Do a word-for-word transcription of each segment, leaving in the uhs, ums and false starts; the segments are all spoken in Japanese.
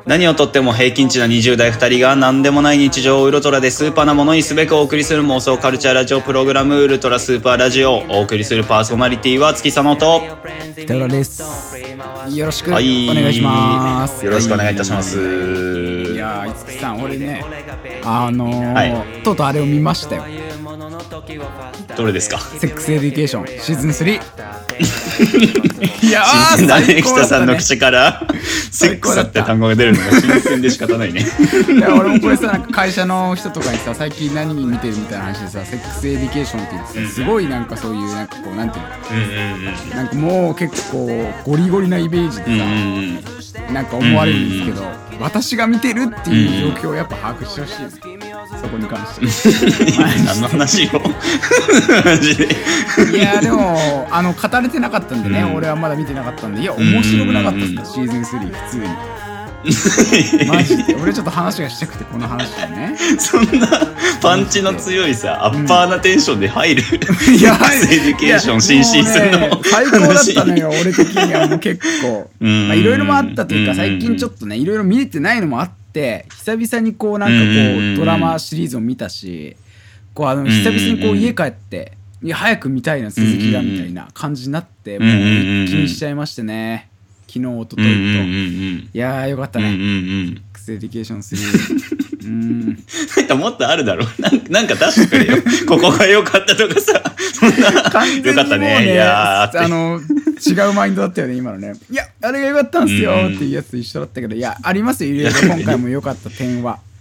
何をとっても平均値なにじゅう代ふたりが何でもない日常をウルトラでスーパーなものにすべくお送りする妄想カルチャーラジオプログラムウルトラスーパーラジオ。お送りするパーソナリティは月佐野と北浦です。よろしくおはい願いします。 よろしくお願いいたします。 いやー、五木さん、俺ね、あのーはい、 とうとうあれを見ましたよ。 どれですか？ セックスエデュケーションシーズンスリー。いやー、 新鮮だね、 最高だったね。 北さんの口からセックスって単語が出るのが新鮮で仕方ないね。 いや、俺もこれさ、なんか会社の人とかにさ、最近何見てるみたいな話でさ、セックスエデュケーションって言ってさ、すごいなんかそういうなんかこう、なんていうの、 うんうんうん、 なんかもう結構ゴリゴリなイメージでさ、 うんうん、 なんか思われるんですけど、うんうん、私が見てるっていう状況をやっぱ把握してほしいです、うん、そこに関して何の話よマジで。 いやでもあの語れてなかったんでね、うん、俺はまだ見てなかったんで、いや面白くなかったっすか、シーズンスリー普通にマジで俺ちょっと話がしたくて、この話をねそんなパンチの強いさ、アッパーなテンションで入る、うん、 いやセックスエデュケーション新シーズンの、ね、 最高だったのよ俺的には。もう結構いろいろもあったというか、最近ちょっとねいろいろ見れてないのもあって、久々にこうなんかこうドラマシリーズを見たし、こうあの久々にこう家帰っていや早く見たいな続きがみたいな感じになって、もう一気にしちゃいましてね、昨日おとといと。いやーよかったね、うんうんうん、セックスエデュケーションスリーうん、 なんかもっとあるだろう、なんか、なんか出してくれよここが良かったとかさ、そんな良かったね、いやーあの違うマインドだったよね今のね。いやあれが良かったんすよっていうやつと一緒だったけど、いやありますよいろいろ今回も良かった点は。うん、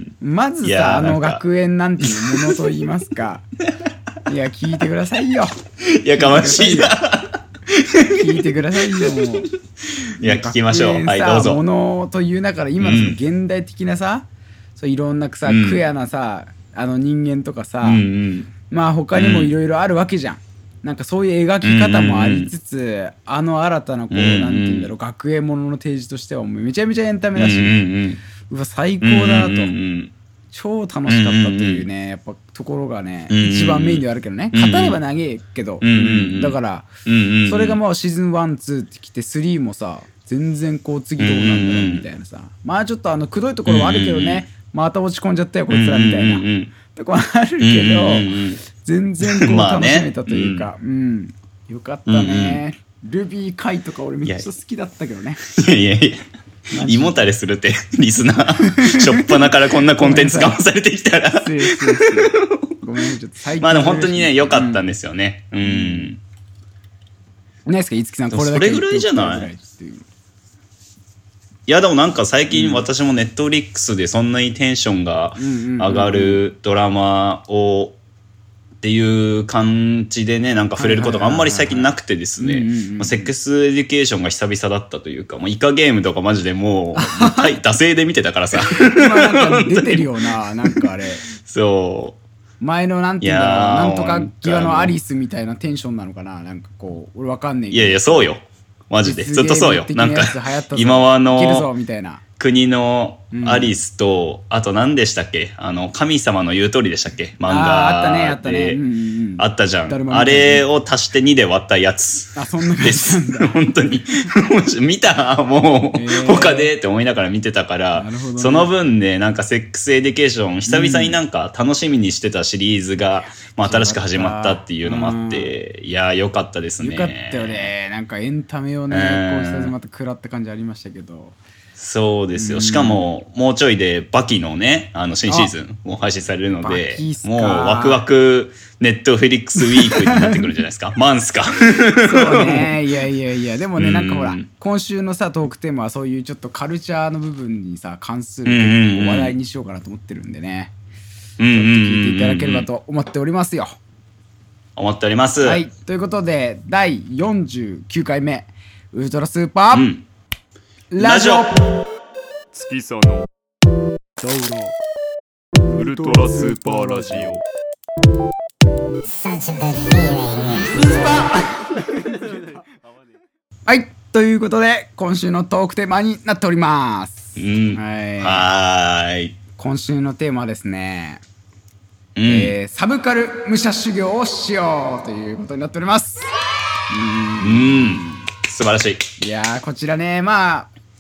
まずさ、あの学園なんていうものと言いますかいや聞いてくださいよ。 やかましいな聞いてくださいよ。もういや聞きましょう。はいどうぞ。 ものという中から今のその現代的なさ、うん、そういろんなさ、うん、クエアなさあの人間とかさ、うんうん、まあ他にもいろいろあるわけじゃん、うん、なんかそういう描き方もありつつ、うんうん、あの新たなこう、うんうん、なんていうんだろう、学園ものの提示としてはもうめちゃめちゃエンタメだし、うんうん、うわ最高だなと、うんうん、超楽しかったというね、やっぱところがね、うんうん、一番メインではあるけどね、語れば長いけど、うんうん、だから、うんうん、それがもうシーズンワン、ツーってきてスリーもさ全然こう次どうなんだろうみたいなさ、まあちょっとあのくどいところはあるけどね、また落ち込んじゃったよこいつらみたいな、うんうん、とこはあるけど、うんうん、全然こう楽しめたというか、まあね、うん、よかったね、うんうん、ルビー回とか俺めっちゃ好きだったけどね。 いやいやいや胃もたれするってリスナーしょっぱなからこんなコンテンツかまされてきたらごめんちょっと最近まあでも本当にね良かったんですよね。うん、うん、 ないですか五木さん、これだけそれぐらいじゃない？いやでもなんか最近私もネットフリックスでそんなにテンションが上がるドラマをっていう感じでね、なんか触れることがあんまり最近なくてですね、セックスエデュケーションが久々だったというか、もうイカゲームとかマジでもう惰性で見てたからさ今なんか出てるようななんかあれそう前のなんていうんだろう、なんとか際のアリスみたいなテンションなのかな、なんかこう俺わかんねえけど、 いやいやそうよマジでずっとそうよ、なんか今はあの国のアリスと、うん、あと何でしたっけ、あの神様の言う通りでしたっけ、漫画であったねあったね、うんうん、 あったじゃん、あれを足してにで割ったやつあそんな感じなんだ本当に見たもう、えー、他でって思いながら見てたから、ね、その分ねなんかセックスエデュケーション久々になんか楽しみにしてたシリーズが、うん、まあ、新しく始まったっていうのもあって、うん、いや良かったですね。 よかったよね、なんかエンタメをね、こうしたまた食らった感じありましたけど。 そうですよ、しかももうちょいでバキのねあの新シーズンも配信されるので、もうワクワクネットフリックスウィークになってくるんじゃないですかマンスかそうね、いやいやいやでもね、なんかほら今週のさトークテーマはそういうちょっとカルチャーの部分にさ関する話題にしようかなと思ってるんでね、ちょっと聞いていただければと思っておりますよ。 思っております。 はい、ということでだいよんじゅうきゅうかいめウルトラスーパー、うんラジオ月佐のウルトラスーパーラジオはいということで今週のトークテーマになっております、 うん、はいはーい今週のテーマはですね、うんえー、サブカル武者修行をしようということになっております。 うん、うん素晴らしい。 いやーこちらねまあ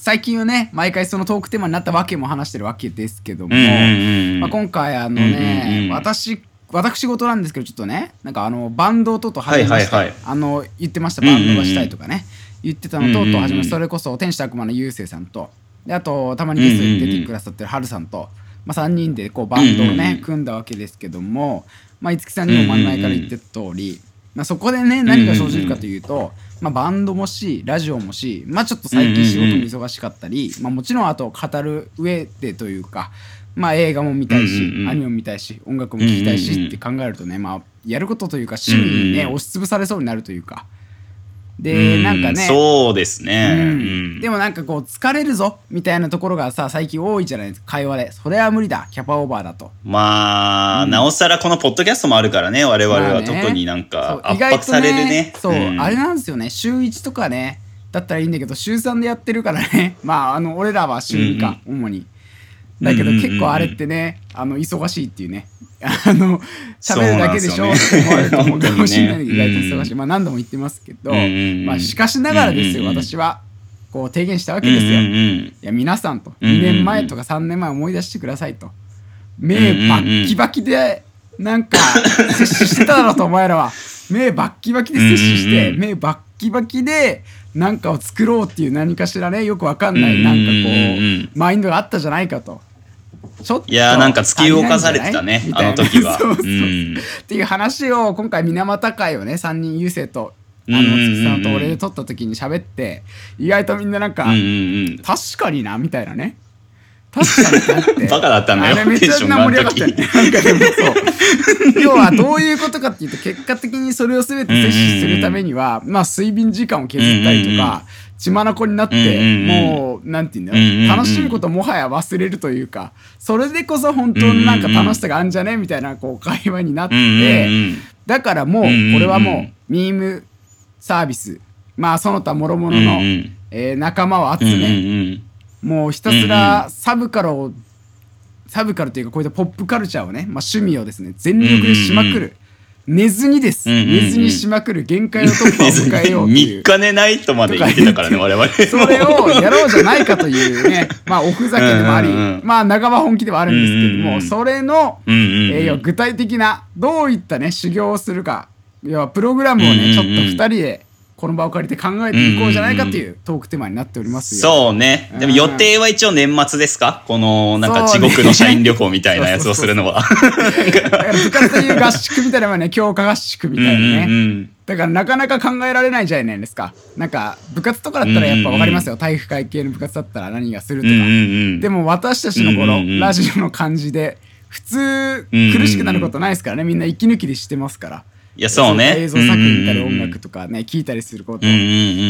最近はね毎回そのトークテーマになったわけも話してるわけですけども、 うんうんうんまあ、今回あのね、 うんうんうん、 私私事なんですけどちょっとねなんかあのバンドとと始めまして、 はいはいはい、 あの言ってましたバンドがしたいとかね、うんうんうん、言ってたのとと始めました。それこそ天使と悪魔のゆうせいさんとであとたまにゲストに出てくださってるはるさんと、まあ、さんにんでこうバンドをね、うんうんうん、組んだわけですけども、まあ、いつきさんにも真ん前から言ってた通り、うんうんうん、まあ、そこでね何が生じるかというと、まあ、バンドもしラジオもし、まあ、ちょっと最近仕事も忙しかったり、まあ、もちろんあと語る上でというか、まあ、映画も見たいし、うんうんうん、アニメも見たいし音楽も聴きたいしって考えるとね、まあ、やることというか趣味にね、うんうん、押しつぶされそうになるというかで、なんかね、 そうですね、 うんうん、でもなんかこう疲れるぞみたいなところがさ最近多いじゃないですか会話で。それは無理だキャパオーバーだと。 まあ、うん、なおさらこのポッドキャストもあるからね我々は特になんか圧迫されるね。 そう、ね、そう、うん、あれなんですよね週いちとかねだったらいいんだけど週さんでやってるからねまああの俺らは週にか、うんうん、主にだけど結構あれってねあの忙しいっていうねあの喋るだけでしょって思われると思うかもしれないけど、ね、意外と忙しい、まあ、何度も言ってますけど、うんうん、まあ、しかしながらですよ、うんうん、私はこう提言したわけですよ、うんうん、いや皆さんとにねんまえとかさんねんまえ思い出してくださいと。目バッキバキでなんか摂取してただろうとお前らは目バッキバキで摂取して目バッキバキで何かを作ろうっていう何かしらねよくわかんないなんかこうマインドがあったじゃないかと。ちょっといやーなんか突き動かされてたねあの時はそうそうそう、うん、っていう話を今回水俣会をねさんにん優勢とあの月さんと俺で撮った時に喋って意外とみんななんか、うんうんうん、確かになみたいなね確かになってバカだったんだよあれめっちゃ盛り上がったよねなんかでもそう要はどういうことかっていうと結果的にそれを全て摂取するためには、まあ睡眠時間を削ったりとか血眼になって、もうなんていうんだよ、楽しむこともはや忘れるというかそれでこそ本当になんか楽しさがあるんじゃねみたいなこう会話になって、だからもうこれはもうミームサービスまあその他諸々の、えー、仲間を集めもうひたすらサブカルをサブカルというかこういったポップカルチャーをね、まあ、趣味をですね全力でしまくる、寝ずにです、うんうんうん、寝ずにしまくる限界の突破を迎えようっていうみっか寝ないとまで言ってたからね我々 それをやろうじゃないかというねまあおふざけでもあり、うんうん、まあ半ば本気ではあるんですけども、うんうん、それの、うんうんうんえー、具体的などういったね修行をするか要はプログラムをね、うんうんうん、ちょっとふたりでこの場を借りて考えていこうじゃないかっていうトークテーマになっておりますよ。 そうね。でも予定は一応年末ですか？このなんか地獄の社員旅行みたいなやつをするのは。 だから部活という合宿みたいなのはね強化合宿みたいなね、うんうんうん。だからなかなか考えられないじゃないですか。なんか部活とかだったらやっぱ分かりますよ。体育会系の部活だったら何がするとか。うんうんうん、でも私たちの頃、うんうんうん、ラジオの感じで普通苦しくなることないですからね。みんな息抜きでしてますから。 いやそうね映像作品見たり音楽とかね聞いたりすること、うんうんうん、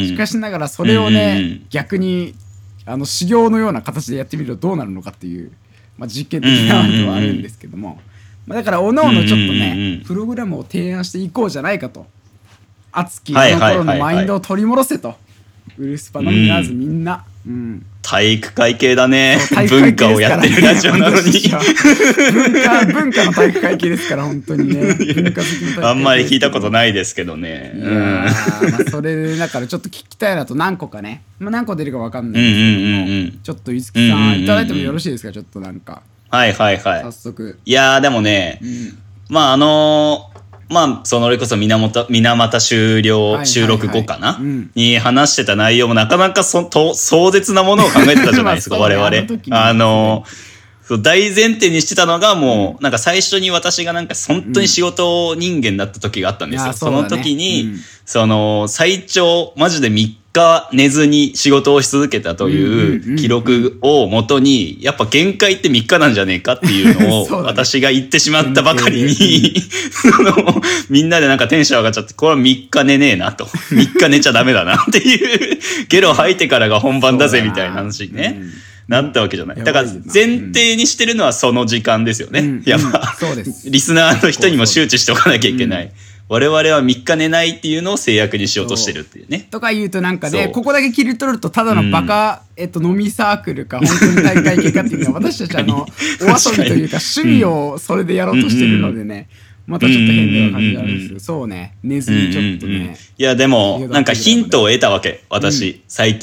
しかしながらそれをね、うんうん、逆にあの修行のような形でやってみるとどうなるのかっていう、まあ、実験的なのはあるんですけども、うんうんうんまあ、だからおのおのちょっとね、うんうんうん、プログラムを提案していこうじゃないかと熱きあの頃のマインドを取り戻せと、ウルスパのみならずみんな、うんうん体育会系だね。文化をやってるラジオなのに文化文化の体育会系ですから本当にね。文化好きのあんまり聞いたことないですけどね。 いや、うんまあ、それでだからちょっと聞きたいなと何個かね、まあ、何個出るか分かんないですけども、うんうんうんうん、ちょっといつきさんいただいてもよろしいですか？ちょっとなんかはいはいはい早速。 いやーでもね、うん、まああのーまあ、そのれこそ水俣、水俣終了、収録後かな、うん、に話してた内容もなかなかそと壮絶なものを考えてたじゃないですか、我々。あの、そう大前提にしてたのがもう、うん、なんか最初に私がなんか本当に仕事人間だった時があったんですよ。うん、そ, その時に、うん、その最長、マジでみっか寝ずに仕事をし続けたという記録をもとに、やっぱ限界ってみっかなんじゃねえかっていうのを私が言ってしまったばかりに、そのみんなでなんかテンション上がっちゃって、これはみっか寝ねえなと。みっか寝ちゃダメだなっていう、ゲロ吐いてからが本番だぜみたいな話にね。なったわけじゃない。だから前提にしてるのはその時間ですよね。うん、やっぱ、うん、リスナーの人にも周知しておかなきゃいけない。うん、我々はみっか寝ないっていうのを制約にしようとしてるっていうね。 とか言うとなんかね、ここだけ切り取るとただのバカ、うん、えっと飲みサークルか本当に大会系かっていうのは私たちあのお遊びというか趣味をそれでやろうとしてるのでね。またちょっと変な感じなんですけど、そうね、寝ずにちょっとね。 いやでもなんかヒントを得たわけ、私、うん、最近。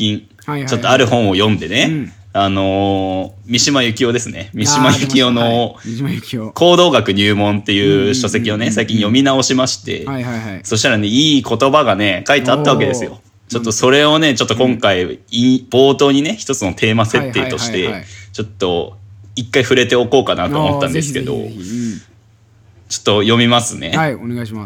はいはいはい、 ちょっとある本を読んでね、 うん、 あのー、三島由紀夫ですね。三島由紀夫の行動学入門っていう書籍をね、最近読み直しまして、 はいはいはい、 そしたらね、いい言葉がね、書いてあったわけですよ。ちょっとそれをね、ちょっと今回、うん、冒頭にね、一つのテーマ設定として、ちょっと一回触れておこうかなと思ったんですけど、ぜひぜひぜひ、うん、ちょっと読みますね。 はい、お願いします。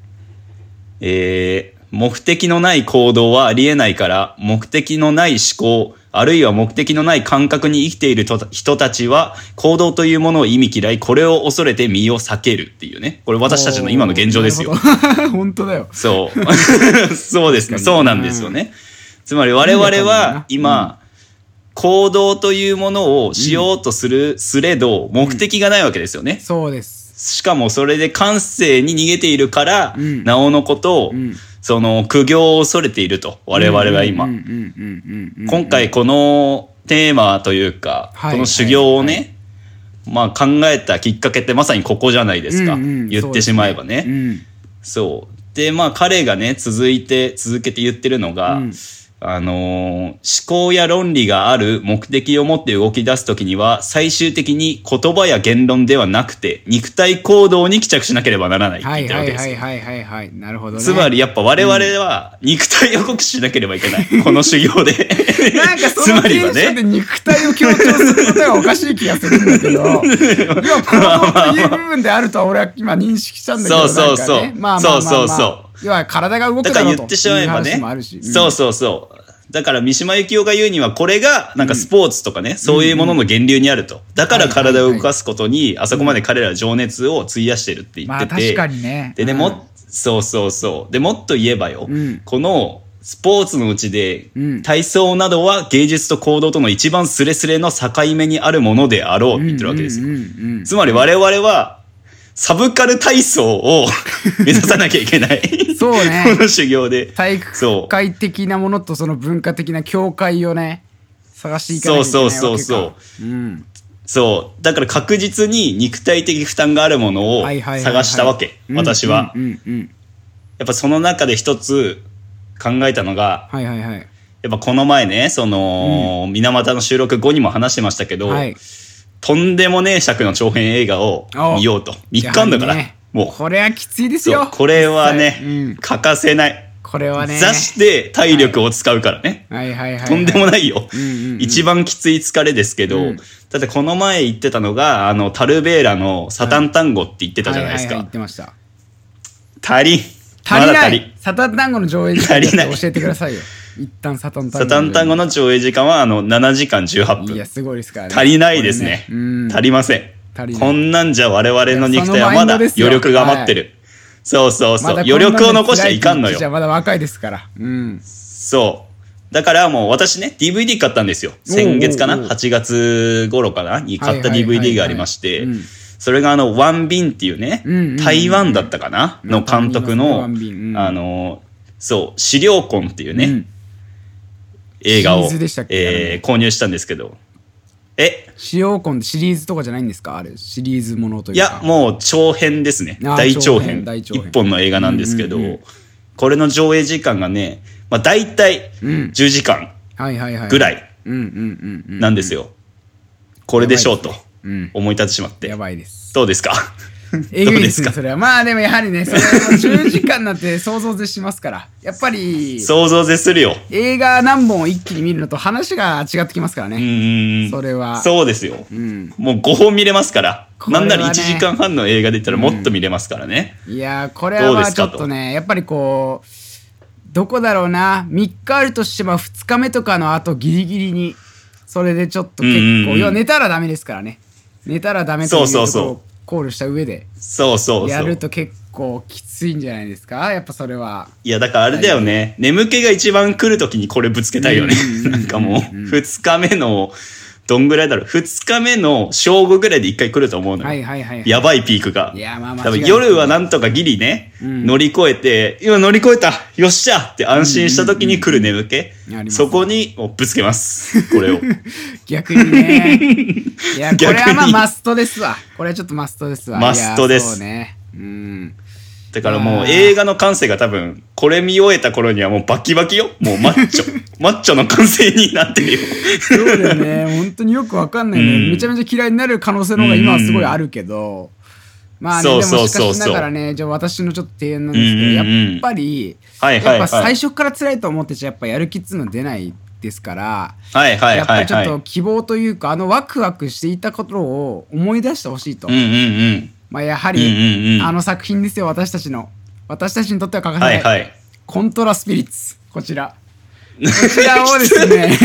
えー、目的のない行動はありえないから、目的のない思考、あるいは目的のない感覚に生きている人たちは行動というものを忌み嫌い、これを恐れて身を避けるっていうね。これ私たちの今の現状ですよ。 本当だよ。 そう。そうですね。そうなんですよね。つまり我々は今、行動というものをしようとする、すれど、目的がないわけですよね。 そうです。 しかもそれで感性に逃げているから、なおのことを、その苦行を恐れていると、我々は今。今回このテーマというか、この修行をね、まあ考えたきっかけってまさにここじゃないですか。言ってしまえばね。そう。で、まあ彼がね、続いて、続けて言ってるのが、あのー、思考や論理がある目的を持って動き出すときには、最終的に言葉や言論ではなくて、肉体行動に帰着しなければならないって言ってるわけですよ。 はいはいはいはいはい、なるほどね。 つまりやっぱ我々は肉体を酷使しなければいけない。うん、この修行で。 なんかそのテンションで肉体を強調することがおかしい気がするんだけど、要は行動という部分であるとは俺は今認識したんだけど、 そうそうそう。 なんかね、まあまあまあまあ、そうそうそう。要は体が動くだろうという話もあるし。 そうそうそう。だから三島由紀夫が言うにはこれがなんかスポーツとかね、うん、そういうものの源流にあると。だから体を動かすことにあそこまで彼らは情熱を費やしてるって言ってて。 まあ確かにね。 でね、も、うん、そうそうそう。でもっと言えばよ、うん、このスポーツのうちで、体操などは芸術と行動との一番スレスレの境目にあるものであろうって言ってるわけですよ。つまり我々はサブカル体操を目指さなきゃいけない。 そうね。 この修行で。 体育会的なものとその文化的な境界をね、探していかないといけないわけか。そうそうそうそう。うん、そう。だから確実に肉体的負担があるものを探したわけ。私は。やっぱその中で一つ考えたのが、はいはいはい、やっぱこの前ね、その、うん、水俣の収録後にも話してましたけど、はい、とんでもねえ尺の長編映画を見ようと。みっかあんだから、ね、もう。 これはきついですよ。 これはね、うん、欠かせない。 これはね。 座して体力を使うからね。 はいはいはいはい、 とんでもないよ。うんうんうん、一番きつい疲れですけど、うん、だってこの前言ってたのが、あの、タルベーラのサタンタンゴって言ってたじゃないですか。 はいはいはい、言ってました。 足りん。 足りない。まだ足りサタンタンゴの上映時間教えてくださいよ。一旦サタンタンゴ。 サタンタンゴの上映時間はあのななじかんじゅうはっぷん。 いやすごいですからね。 足りないですね。ね足りません。足りない。こんなんじゃ我々の肉体はまだ余力が余ってる。はい、そうそうそう。ま、余力を残しちゃいかんのよ。 じゃまだ若いですから。うん。 そう。だからもう私ね ディーブイディー 買ったんですよ。先月かなはちがつ頃かなに買った ディーブイディー がありまして。それがあのワンビンっていうね、うんうんうん、台湾だったかな、うん、の監督の、うん、あのそう資料痕っていうね、うん、映画を、えー、購入したんですけど、え資料痕ってシリーズとかじゃないんですか？あれシリーズものというか。 いやもう長編ですね。大長編一本の映画なんですけど、うんうんうん、これの上映時間がね、まあだいたいじゅうじかんぐらいなんですよ。これでしょうと。うん、思い立ってしまってやばいです。 どうですか？ えぐいですねそれは。まあでもやはりねそれはじゅうじかんなんて想像絶しますからやっぱり想像絶するよ。 映画何本一気に見るのと話が違ってきますからね。うんそれはそうですよ、うん、もうごほん見れますから、ね、なんならいちじかんはんの映画で言ったらもっと見れますからね、 うん、いやこれはちょっとねやっぱりこうどこだろうなみっかあるとしてもふつかめとかの後ギリギリにそれでちょっと結構、うんうんうん、要は寝たらダメですからね。寝たらダメというところを考慮した上でそうそうそうやると結構きついんじゃないですかやっぱそれは。 いやだからあれだよね、眠気が一番来る時にこれぶつけたいよね。なんかもうふつかめのどんぐらいだろうふつかめの正午ぐらいで一回来ると思うのよ、はいはいはいはい、やばいピークが。いやまあまあ多分夜はなんとかギリね、うん、乗り越えて今乗り越えたよっしゃって安心した時に来る眠気、うんうんうん、そこにもうぶつけますこれを逆にねいやこれはまあマストですわ。これはちょっとマストですわ。 マストです。 そうね、うん、 だからもう映画の感性が多分これ見終えた頃にはもうバキバキよ。もうマッチョマッチョの感性になってるよ。 そうだよね。本当によくわかんないね、うん、めちゃめちゃ嫌いになる可能性の方が今はすごいあるけど、うん、まあね、でもしかしながらね、じゃあ私のちょっと提案なんですけど、うんうんうん、やっぱり、はいはいはい、やっぱ最初から辛いと思ってちゃやっぱやる気っつうの出ないですから、はいはいはいはい、やっぱりちょっと希望というか、あのワクワクしていたことを思い出してほしいと、うんうんうん、まあ、やはり、うんうんうん、あの作品ですよ。私たちの私たちにとっては欠かせない、はいはい、コントラスピリッツ、こちらこちらをですね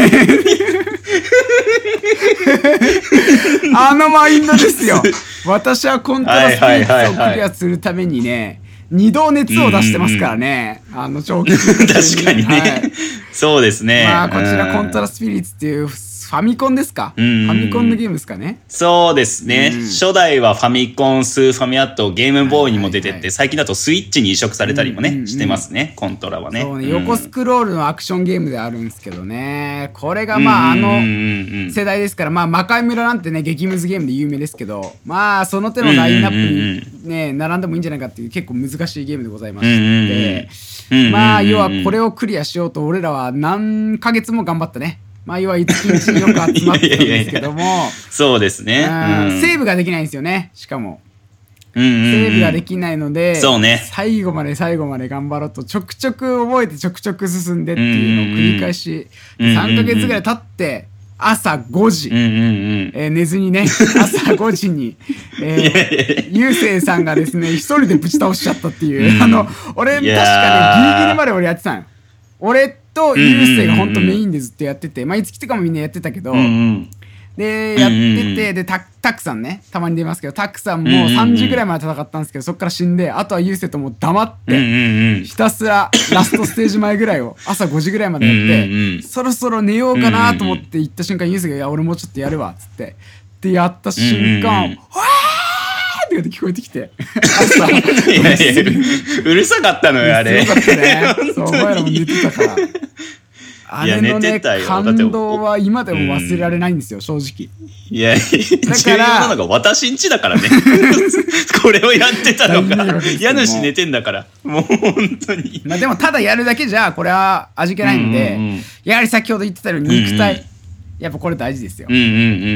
あのマインドですよ。私はコントラスピリッツをクリアするためにね、二度熱を出してますからね、うんうん、あの長期確かにね、はい、そうですね。 まあこちらコントラスピリッツっていうファミコンですか、うんうん、ファミコンのゲームですかね。 そうですね、うん、初代はファミコン、スーファミあとゲームボーイにも出てって、はいはいはい、最近だとスイッチに移植されたりもね、うんうんうん、してますね、コントラはね。 そうね、横スクロールのアクションゲームであるんですけどね、これがまああの世代ですから、まあ魔界村なんてね激ムズゲームで有名ですけど、まあその手のラインナップにね並んでもいいんじゃないかっていう結構難しいゲームでございまして、うんうん、まあ要はこれをクリアしようと俺らは何ヶ月も頑張ったね。まあ要は一日によく集まってたんですけどもいやいやいやそうですね、 うん、セーブができないんですよね。しかも、うんうんうん、セーブができないので、そうね、最後まで最後まで頑張ろうとちょくちょく覚えてちょくちょく進んでっていうのを繰り返し、うんうんうん、さんかげつぐらい経って朝ごじ、うんうんうんえー、寝ずにね朝ごじに、えー、ゆうせいさんがですね一人でぶち倒しちゃったっていう、うん、あの俺確かねギリギリまで俺やってたのよ。俺とゆうせいが本当メインでずっとやってて、まあいつきとかもみんなやってたけど、うんうん、でやってて、で た, たくさんねたまに出ますけど、たくさんもうさんじぐらいまで戦ったんですけど、そっから死んで、あとはゆうせいともう黙って、うんうんうん、ひたすらラストステージ前ぐらいを朝ごじぐらいまでやって、うんうん、そろそろ寝ようかなと思って行った瞬間、ゆうせいがいや俺もうちょっとやるわっつってでやった瞬間、うんうんうん、わーって聞こえてきて朝いやいやうるさかったのよあれ。 うるさかったねそうお前らも寝てたからあれのね感動は今でも忘れられないんですよ、うん、正直。 いや重要なのが私んちだからねこれをやってたのが家主寝てんだからもう本当に。 まあでもただやるだけじゃこれは味気ないんで、うんうんうん、やはり先ほど言ってたように肉体、うんうん、やっぱこれ大事ですよ、うんうんうん、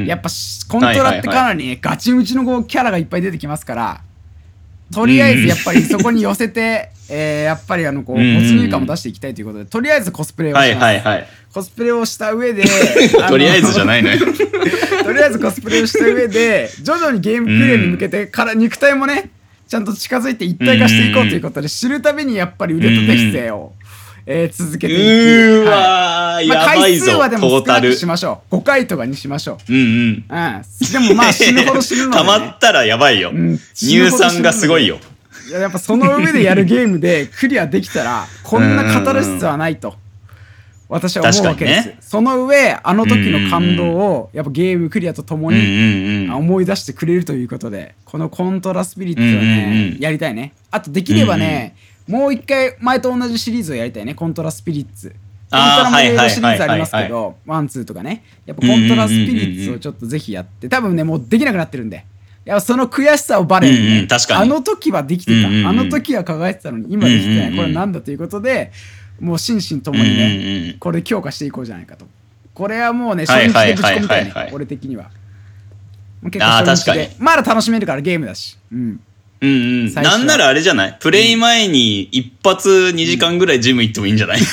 やっぱコントラってかなり、ねはいはいはい、ガチムチのこうキャラがいっぱい出てきますから、とりあえずやっぱりそこに寄せて、えー、やっぱりあのこう没入感も出していきたいということで、とりあえずコスプレをします、はいはいはい、コスプレをした上でとりあえずじゃないのよとりあえずコスプレをした上で徐々にゲームクリアに向けてから肉体もねちゃんと近づいて一体化していこうということで、知るたびにやっぱり腕立て姿勢を、えー、続けていく。 うーわー、はい、まあ、やばいぞ。 回数はでも少なくしましょう。ごかいとかにしましょう。うんうん。うん、でもまあ死ぬほど死ぬので、ね、 溜まったらやばいよ、うん、乳酸がすごいよ。 いややっぱその上でやるゲームでクリアできたらこんなカタルシスはないと私は思うわけです、ね、その上あの時の感動をやっぱゲームクリアとともに思い出してくれるということで、このコントラスピリッツをねやりたいね。あとできればねもう一回前と同じシリーズをやりたいね。コントラスピリッツ、コントラもいろいろシリーズありますけどワンツーとかね、やっぱコントラスピリッツをちょっとぜひやって、多分ねもうできなくなってるんで、いやその悔しさをバレに、ねうんうん、確かにあの時はできてた、うんうん、あの時は輝いてたのに今できてない、うんうん、これなんだということでもう心身ともにね、うんうん、これ強化していこうじゃないかと。これはもうね初日でぶち込みたいね、俺的には。結構初日でまだ楽しめるからゲームだし、うんうんうん、なんならあれじゃない、プレイ前に一発にじかんぐらいジム行ってもいいんじゃない、うん、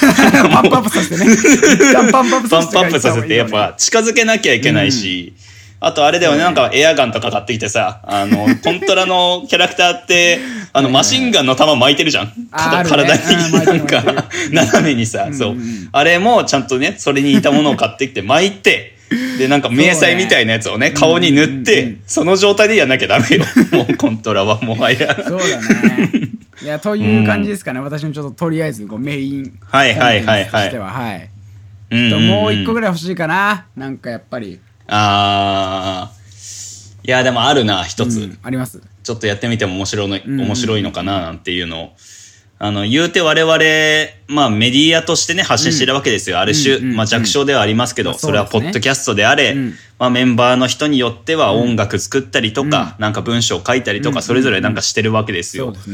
パンプアップさせてね一旦パンプアップさせて、 パンプアップさせてやっぱ近づけなきゃいけないし、うん、あとあれだよね、なんかエアガンとか買ってきてさ、あのコントラのキャラクターってあのマシンガンの弾巻いてるじゃん、体になんか斜めにさ、そうあれもちゃんとねそれに似たものを買ってきて巻いてでなんか迷彩みたいなやつをね顔に塗ってその状態でやんなきゃダメよもうコントラはもはやそうだねいやという感じですかね、うん、私もちょっととりあえずこうメインコンテンツとしてははい、ちょっともう一個ぐらい欲しいかな、なんかやっぱりあーいやでもあるな一つ、うん、 あります。 ちょっとやってみても面白いの、うんうん、面白いのかななんていうのをあの言うて我々、まあ、メディアとしてね発信してるわけですよ、うん、ある種、うんうんうんまあ、弱小ではありますけど、まあ そ, ね、それはポッドキャストであれ、うんまあ、メンバーの人によっては音楽作ったりとか、うん、なんか文章を書いたりとか、うん、それぞれなんかしてるわけですよ、うんうん、そうですね、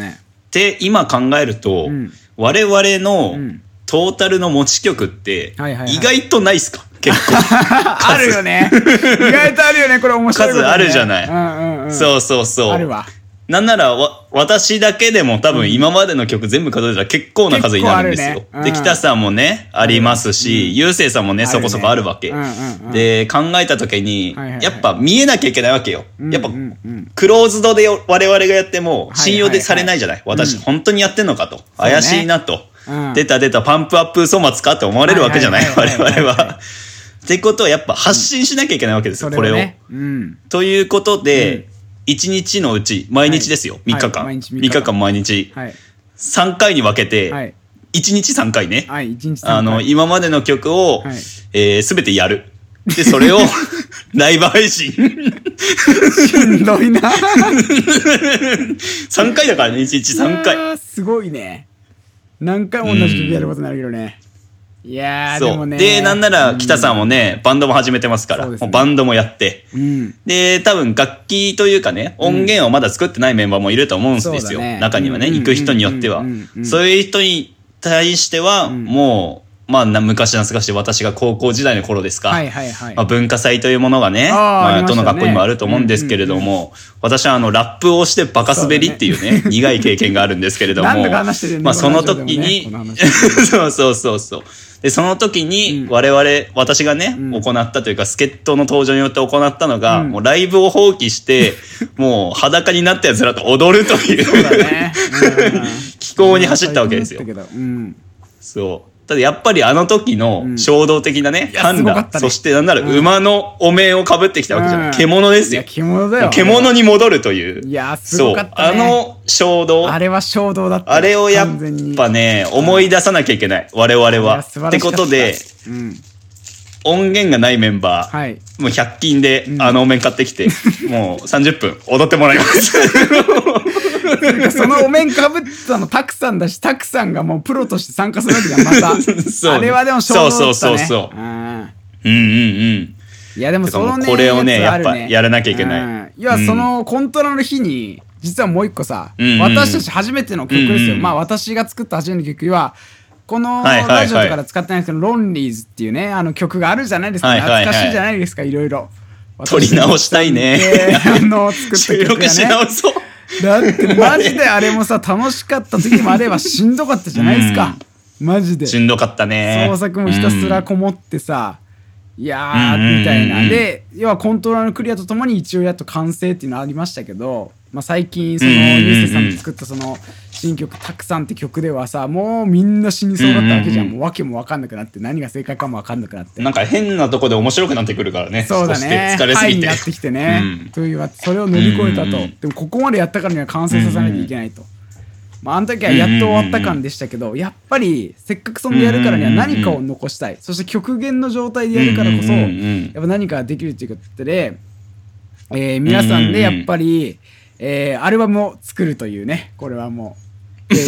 って今考えると、うん、我々のトータルの持ち曲って意外とないっすか、結構あるよね意外とあるよねこれ面白いことね、 数あるじゃない、 うんうんうん、 そうそうそう、 あるわ。 なんならわ私だけでも多分今までの曲全部数えたら結構な数になるんですよ、ねうん、で北さんもねありますし、ゆうせいさんもねそこそこあるわけ、うんうんうん、で考えた時に、はいはいはい、やっぱ見えなきゃいけないわけよ、うんうんうん、やっぱクローズドで我々がやっても信用でされないじゃない、はいはいはい、私、うん、本当にやってんのかと、怪しいなと、うん、出た出たパンプアップ粗末かって思われるわけじゃない、我々はってことはやっぱ発信しなきゃいけないわけですよ、うん、これを、ねうん、ということで、うんいちにちのうち毎日ですよ、はい、みっかかん、はい、みっかかん毎日、はい、さんかいに分けて、はい、いちにちさんかいね、はい、いちにちさんかいあの今までの曲を、はいえー、全てやるでそれをライブ配信しんどいなさんかいだからねいちにちさんかいすごいね何回も同じ曲やることになるけどね、いやーそうでもねでなんなら北さんもね、うん、バンドも始めてますから、ね、もうバンドもやって、うん、で多分楽器というかね音源をまだ作ってないメンバーもいると思うんですよ、ね、中にはね、うん、行く人によっては、うんうんうん、そういう人に対しては、うん、もうまあ昔懐かしい私が高校時代の頃ですか、はいはいはいまあ、文化祭というものがね、まあ、どの学校にもあると思うんですけれども、うんうんうん、私はあのラップをしてバカ滑りっていうね、ね苦い経験があるんですけれどもまあその時に、ね、そうそうそうそうでその時に我々、うん、私がね、うん、行ったというか助っ人の登場によって行ったのが、うん、もうライブを放棄してもう裸になったやつらと踊るというそうだね、うん、気候に走ったわけですよ、うん、そうただやっぱりあの時の衝動的なね、うん、判断、ね、そしてなんなら馬のお面をかぶってきたわけじゃない、うん、獣ですよ。いや獣だよ。獣に戻るという。いやすごかったね。そうあの衝動。 あれは衝動だった。 あれをやっぱね思い出さなきゃいけない、我々は。ってことで、うん、音源がないメンバー、はい、もうひゃく均であのお面買ってきて、うん、もうさんじゅっぷん踊ってもらいます。 そのお面かぶったのタクさんだしタクさんがもうプロとして参加するわけじゃんまたそう、ね、あれはでも衝動だったねそうそうそうそううんうんうんいやでもそのねこれをねやっぱやらなきゃいけない、うん、 いやそのコントラの日に実はもう一個さ、うんうん、私たち初めての曲ですよ、うんうん、まあ私が作った初めての曲はこのラジオとかで使ってないんですけど、はいはいはい、ロンリーズっていうねあの曲があるじゃないですか、はいはいはい、懐かしいじゃないですかいろいろ撮り直したいねあの作った曲がね収録し直そうだってマジであれもさ楽しかった時もあればしんどかったじゃないですか、うん、マジでしんどかったね創作もひたすらこもってさ、うん、いやーみたいなで要はコントローラーのクリアとともに一応やっと完成っていうのありましたけど、まあ、最近そのゆうせいさんと作ったその新曲たくさんって曲ではさもうみんな死にそうだったわけじゃん、うんうんうん、もう訳も分かんなくなって何が正解かも分かんなくなってなんか変なとこで面白くなってくるからねそうだね疲れすぎてになってきてね、うん、というそれを乗り越えたと、うんうんうん、でもここまでやったからには完成させなきゃいけないと、うんうんまあ、あの時はやっと終わった感でしたけど、うんうんうん、やっぱりせっかくそんでやるからには何かを残したい、うんうんうん、そして極限の状態でやるからこそ、うんうんうん、やっぱ何かできるっていうことで、えー、皆さんでやっぱり、うんうんうんえー、アルバムを作るというねこれはもう何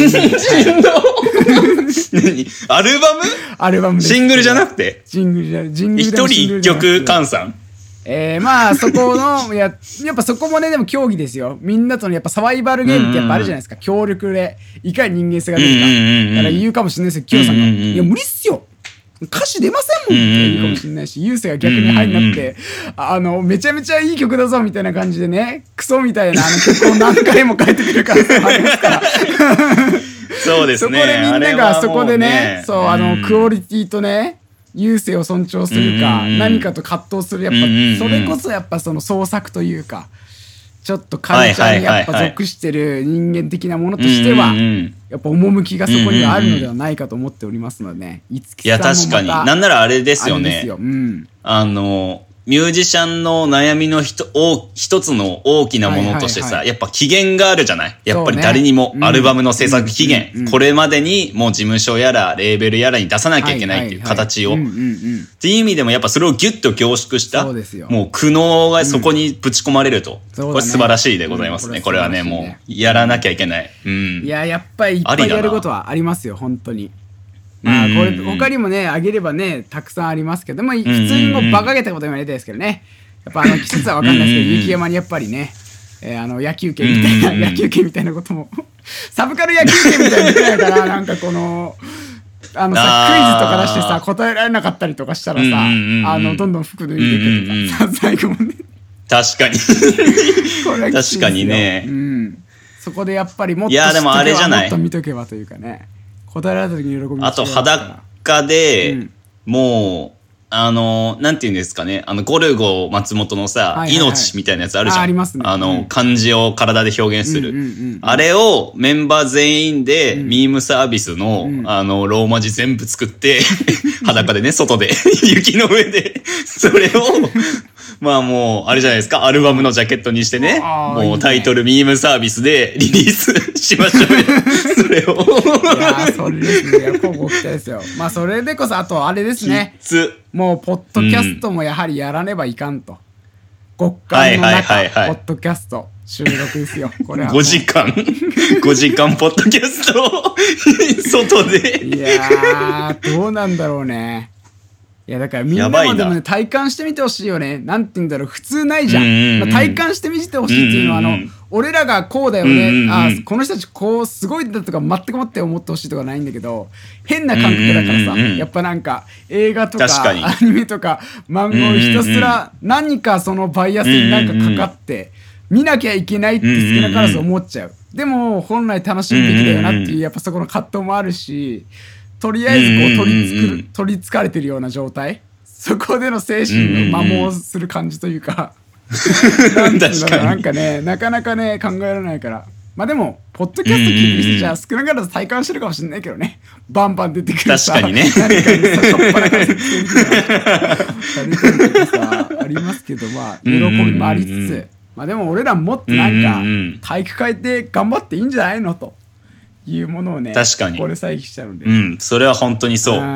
アルバムアルバムですシングルじゃなくてシングルじゃジングル一人一曲換算えー、まあそこのや, やっぱそこもねでも競技ですよみんなとのやっぱサバイバルゲームってやっぱあるじゃないですか、うんうん、協力でいかに人間性が出るか、うんうんうん、だから言うかもしれないですけどキヨさんが、うんうんうん、いや無理っすよ歌詞出ませんもんって言うかもしれないし、ゆうせいが逆に入んなくて、あのめちゃめちゃいい曲だぞみたいな感じでねクソみたいなあの曲を何回も書いてくるからありますからそうですねそこでみんながそこで ね, ねそうあのクオリティとね優勢を尊重するか、うんうんうん、何かと葛藤するやっぱ、うんうんうん、それこそやっぱその創作というかちょっとカルチャーにやっぱ属してる人間的なものとしてはやっぱ趣がそこにはあるのではないかと思っておりますので、ね、いつきさんもまたいや確かになんならあれですよねあれですよ、うん、 あのミュージシャンの悩みのひと一つの大きなものとしてさ、はいはいはい、やっぱ期限があるじゃないやっぱり誰にもアルバムの制作期限、うん、これまでにもう事務所やらレーベルやらに出さなきゃいけないっていう形を、はいはいはいうんうんうん、っていう意味でもやっぱそれをギュッと凝縮したもう苦悩がそこにぶち込まれると、うん、これ素晴らしいでございますね、うん、これはねもうやらなきゃいけない、うん、 いややっぱりいっぱいやることはありますよ本当にまあこれ他にもねあげればねたくさんありますけども普通にもう馬鹿げたこと言われたいですけどねやっぱあの季節は分かんないですけど雪山にやっぱりねえー、あの野球拳みたいな、うんうん、野球拳みたいなこともサブカル野球拳みたいにできないからなんかこのあのさクイズとか出してさ答えられなかったりとかしたらさ、うんうんうん、あのどんどん服脱いでいくとか、うんうん、最後もね確かにこれ確かにね、 うん、そこでやっぱりもっと知っとけばもっと見とけばというかね答えられた時に喜びにあと裸で、うん、もうあのなんていうんですかねあのゴルゴ松本のさ、はいはいはい、命みたいなやつあるじゃんあ, ありますねあの、うん、漢字を体で表現する、 うんうんうんうん、 あれをメンバー全員で、うん、ミームサービスの、うん、あのローマ字全部作って裸でね外で雪の上でそれをまあもうあれじゃないですかアルバムのジャケットにしてねもうタイトルミームサービスでリリースしましょうよそれをいやそれですねいやこうご期待ですよまあそれでこそあとあれですねもうポッドキャストもやはりやらねばいかんと、うん、極寒の中、はいはいはいはい、ポッドキャスト収録ですよこれはごじかんごじかんポッドキャスト外でいやーどうなんだろうねいやだからみんなもでもね体感してみてほしいよねなんて言うんだろう普通ないじゃん、うんうんうんまあ、体感してみてほしいっていうのは、うんうんうん、あの俺らがこうだよね、うんうん、あこの人たちこうすごいんだとか全くもって思ってほしいとかないんだけど変な感覚だからさ、うんうんうん、やっぱなんか映画とかアニメとか漫画をひたすら何かそのバイアスになんかかかって見なきゃいけないって少なからず思っちゃうでも本来楽しむべきだよなっていうやっぱそこの葛藤もあるしとりあえずこう取りつくる取りつかれてるような状態そこでの精神の摩耗する感じというかなんていうのかなんかねなかなかね考えられないからまあでもポッドキャスト聞いてる人じゃ少なからず体感してるかもしれないけどねバンバン出てくるさ確かにね何かにさこっぱらから説明みたいなさありますけどまあ喜びもありつつまあでも俺らもっとなんか体育会で頑張っていいんじゃないのというものをね確かにこれ再起しちゃうんでうんそれは本当にそう、うん、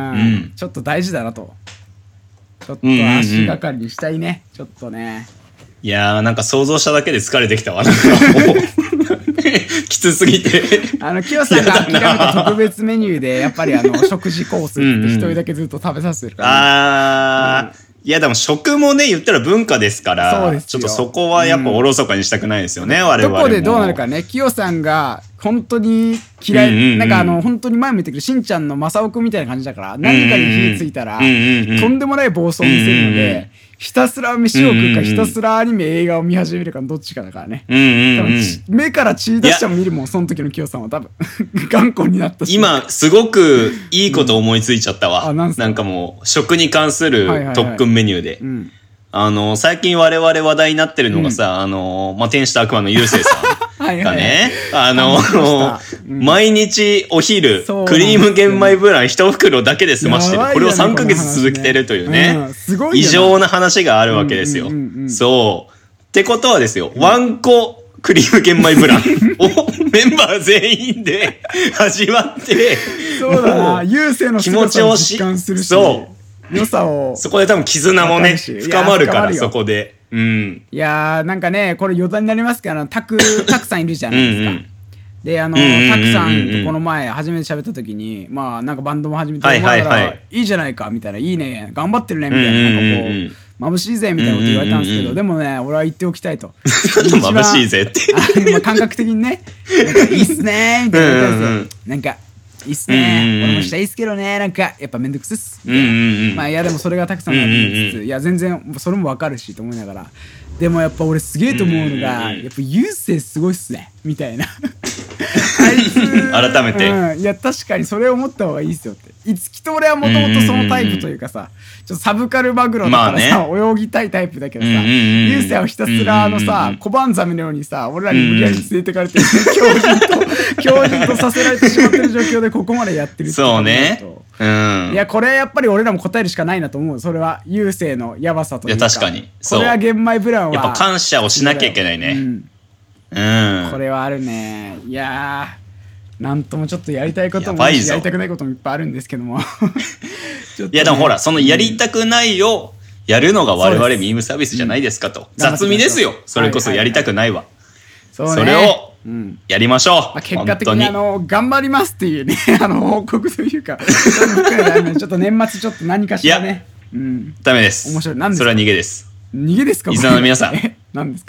ちょっと大事だなとちょっと足がかりにしたいね、うんうんうん、ちょっとねいやーなんか想像しただけで疲れてきたわなんかもうきつすぎてあのキヨさんが諦めた特別メニューでやっぱりあの食事コースって一人だけずっと食べさせてるから、ね、 あー、うんいやでも食もね言ったら文化ですからちょっとそこはやっぱおろそかにしたくないですよね、うん、我々もどこでどうなるかねキヨさんが本当に嫌い、うんうんうん、なんかあの本当に前も言ってくるしんちゃんの正雄くんみたいな感じだから何かに火ついたら、うんうんうん、とんでもない暴走を見せるので、うんうんうんひたすら飯を食うか、うんうん、ひたすらアニメ映画を見始めるかどっちかだからね、うんうんうん、目から血出しちゃも見るもんその時のキヨさんは多分頑固になったし今すごくいいこと思いついちゃったわ、うん、なん, なんかもう食に関する特訓メニューで、はいはいはいうんあの最近我々話題になってるのがさ、うん、あの、まあ、天使と悪魔のゆうせいさんがねあの、うん、毎日お昼クリーム玄米ブラン一袋だけで済ましてる、ね、これをさんかげつ続けてるというね、うん、すごい異常な話があるわけですよ、うんうんうんうん、そうってことはですよ、うん、ワンコクリーム玄米ブランをメンバー全員で味わってそうだなゆうせいの姿を実感するしそう良さをそこで多分絆もね深まるからそこで、うん、 いやーなんかねこれ余談になりますけどタクタクさんいるじゃないですかうん、うん、であの、うんうんうんうん、タクさんとこの前初めて喋った時にまあなんかバンドも始めて、はいはいはい、いいじゃないかみたいないいね頑張ってるねみたいな、うんうんうん、なんかこう眩しいぜみたいなこと言われたんですけど、うんうんうん、でもね俺は言っておきたいと眩しいぜってまあ感覚的にねなんかいいっすねみたいな言ったんですよ、うんうんうん、なんかいいっすね、うんうん、俺もしたいっすけどねなんかやっぱめんどくさっす、うんうんうん、まあいやでもそれがたくさんあるんです、うんうん、いや全然それもわかるしと思いながらでもやっぱ俺すげえと思うのが、うんうんうん、やっぱゆうせいすごいっすねみたいなあいつ改めて、 うん、いや確かにそれを思った方がいいっすよっていつきと俺はもともとそのタイプというかさちょっとサブカルマグロだからさ、まあね、泳ぎたいタイプだけどさゆうせいはひたすらあのさ小判ザメのようにさ俺らに無理やり連れてかれて強靭と強靭とさせられてしまってる状況でここまでやってるってそうねうん、 いやこれやっぱり俺らも答えるしかないなと思うそれはゆうせいのやばさというかいや確かにこれは玄米ブランはやっぱ感謝をしなきゃいけないね、うんうん、これはあるねいやーなんともちょっとやりたいこともやりたくないこともいっぱいあるんですけどもちょっと、ね、 いやでもほらそのやりたくないをやるのが我々ミームサービスじゃないですかと、うん、雑味ですよそれこそやりたくないわ、はいはいはい、それをやりましょう、まあ、 結果的にあの頑張りますっていうねあの報告というかちょっと年末ちょっと何かしらね、うん、 ダメです面白い何ですかそれは逃げです逃げですかリスナーの皆さん何ですかい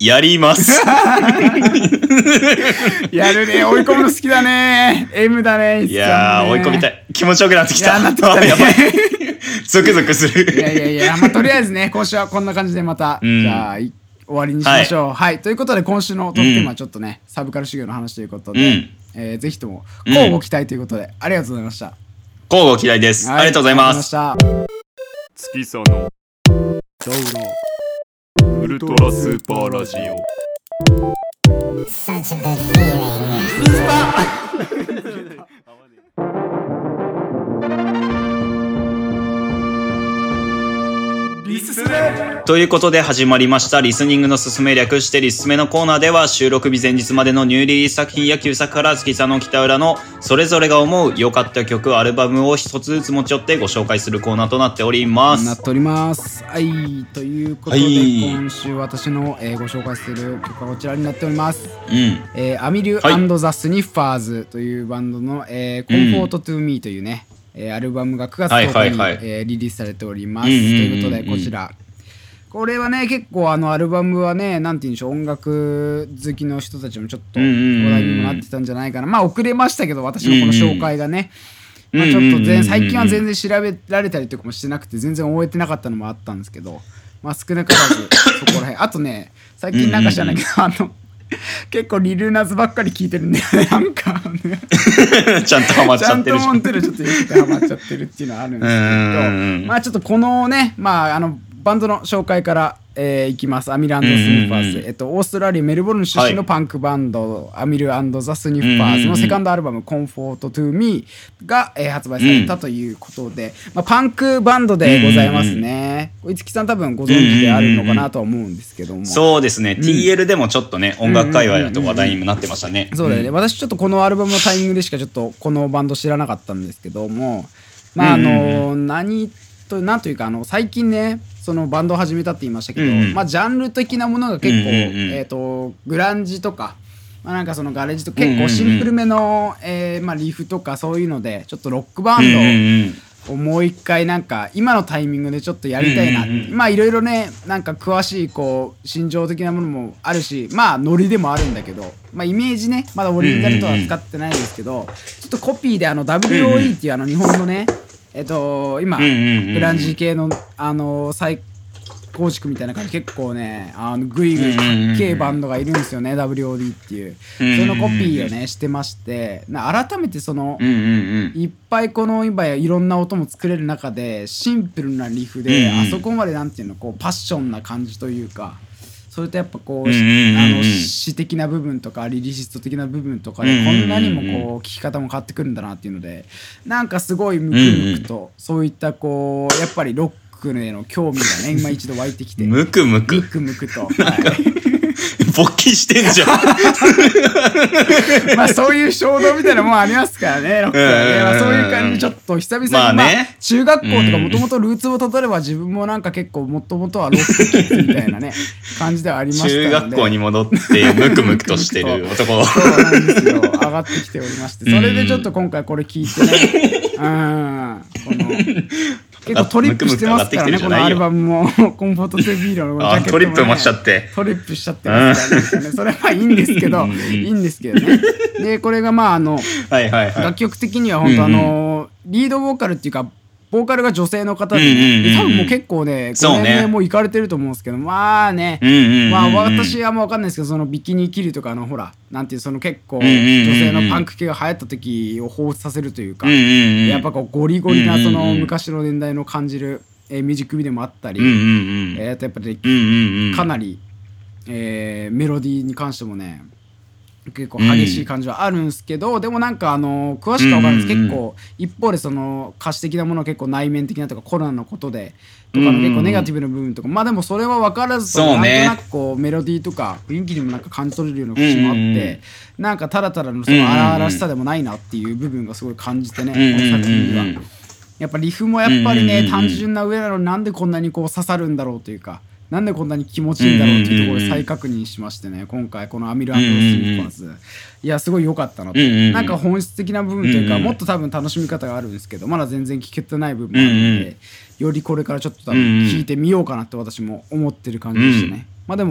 やりますやるね、追い込むの好きだね。 M だね。 いやー、追い込みたい。気持ちよくなってきた。 いやなってきたねやばいゾクゾクする。 いやいやいや、まあ、とりあえずね、今週はこんな感じでまた、 うん、 じゃあ終わりにしましょう。はい、はい、ということで今週のトークテーマはちょっとね、うん、サブカル修行の話ということで、うん、えー、ぜひとも乞うご期待ということで、うん、ありがとうございました。 乞うご期待です、はい、ありがとうございます。 月佐のサウロウルトラスーパーラジオ。 ということで始まりましたリスニングのすすめ、略してリスメのコーナーでは、収録日前日までのニューリリース作品や旧作から月佐の北浦のそれぞれが思う良かった曲、アルバムを一つずつ持ち寄ってご紹介するコーナーとなっております。 なっております。はい、ということで、はい、今週私の、えー、ご紹介する曲はこちらになっております。うん、えー、アミル&ザ・スニッファーズというバンドの、えー、Comfort to Me というね、えー、アルバムがくがつとおかに、はいはいはい、えー、リリースされております。うんうんうんうん、ということでこちら、これはね結構あのアルバムはね、なんていうんでしょう、音楽好きの人たちもちょっと話題にもなってたんじゃないかな。まあ遅れましたけど、私のこの紹介がね、まあ、ちょっと全最近は全然調べられたりとかもしてなくて全然終えてなかったのもあったんですけど、まあ少なからずそこら辺あとね、最近なんか知らないけど、あの結構リルナズばっかり聴いてるんだよね、なんかねちゃんとハマっちゃってるちゃんとモンテルちょっとよくてハマっちゃってるっていうのはあるんですけど、まあちょっとこのね、まああのバンドの紹介から、えー、いきます。アミル&ザ・スニッファーズ、えっと、オーストラリアメルボルン出身のパンクバンド、はい、アミル&ザ・スニッファーズのセカンドアルバム Comfort to Me が、えー、発売されたということで、まあ、パンクバンドでございますね。いつきさん多分ご存知であるのかなとは思うんですけども、 そうですね、うん、ティーエル でもちょっとね音楽界隈だと話題にもなってましたね。 そうだよね、私ちょっとこのアルバムのタイミングでしかちょっとこのバンド知らなかったんですけども、まああの何となんというか、あの最近ねそのバンドを始めたって言いましたけど、うんうん、まあジャンル的なものが結構、うんうんうん、えっとグランジとか、まあ、なんかそのガレージとか結構シンプルめの、うんうんうん、えー、まあリフとかそういうのでちょっとロックバンドをもう一回なんか今のタイミングでちょっとやりたいな、うんうんうん、まあいろいろねなんか詳しいこう心情的なものもあるし、まあノリでもあるんだけど、まあイメージねまだオリジナルとは使ってないですけど、ちょっとコピーであの ダブリューオーイー っていうあの日本のね、えっと今グランジ系のあの再構築みたいな感じ、結構ねあのグイグイかっけえバンドがいるんですよね、 ダブリューオーディー っていう、そのコピーをねしてまして、改めてそのいっぱいこの今やいろんな音も作れる中でシンプルなリフであそこまでなんていうのこうパッションな感じというか、それとやっぱこう、あの詩的な部分とかリリシスト的な部分とかでこんなにもこう聴き方も変わってくるんだなっていうので、なんかすごいムクムクとそういったこうやっぱりロックへの興味がね今一度湧いてきてムクムクムクムクと、はい勃起してんじゃんまあそういう衝動みたいなもんありますからね、ロックはね、まあ、そういう感じちょっと久々に、まあね、まあ、中学校とかもともとルーツをたどれば自分もなんか結構もともとはロックキッズみたいなね感じではありましたので、 中学校に戻ってムクムクとしてる男そうなんですよ、上がってきておりまして、それでちょっと今回これ聞いてねうんこの結構トリップしてますからね、このアルバムもコンフォート・トゥ・ビーのジャケットも、ね、 トリップもしちゃってトリップしちゃってますからね、それはまあいいんですけどいいんですけどね。でこれがまああの、はいはいはい、楽曲的には本当あの、うんうん、リードボーカルっていうかボーカルが女性の方で、ね、うんうんうん、多分もう結構ねごねんめもう行かれてると思うんですけど、まあね、うんうんうんうん、まあ私はもう分かんないですけど、そのビキニキルとかのほらなんていうその結構女性のパンク系が流行った時を彷彿させるというか、うんうんうん、やっぱこうゴリゴリなその昔の年代の感じる、えー、ミュージックビデオもあったり、うんうんうん、えー、とやっぱり、うんうん、かなり、えー、メロディーに関してもね結構激しい感じはあるんですけど、うん、でもなんかあの詳しくは分かるんです、うんうんうん、結構一方でその歌詞的なものは結構内面的なとかコロナのことでとかの結構ネガティブな部分とか、うんうん、まあでもそれは分からずと、ね、なんとなくこうメロディーとか雰囲気にもなんか感じ取れるような節もあって、うんうん、なんかただただのその荒々しさでもないなっていう部分がすごい感じてね、うんうん、この作品にはやっぱリフもやっぱりね、うんうん、単純な上なのになんでこんなにこう刺さるんだろうというか、なんでこんなに気持ちいいんだろうっていうところで再確認しましてね、今回このアミル&ザ・スニッファーズ、いやすごい良かったなと、なんか本質的な部分というかもっと多分楽しみ方があるんですけど、まだ全然聞けてない部分もあるので、よりこれからちょっと多分聞いてみようかなって私も思ってる感じでしたね。まあでも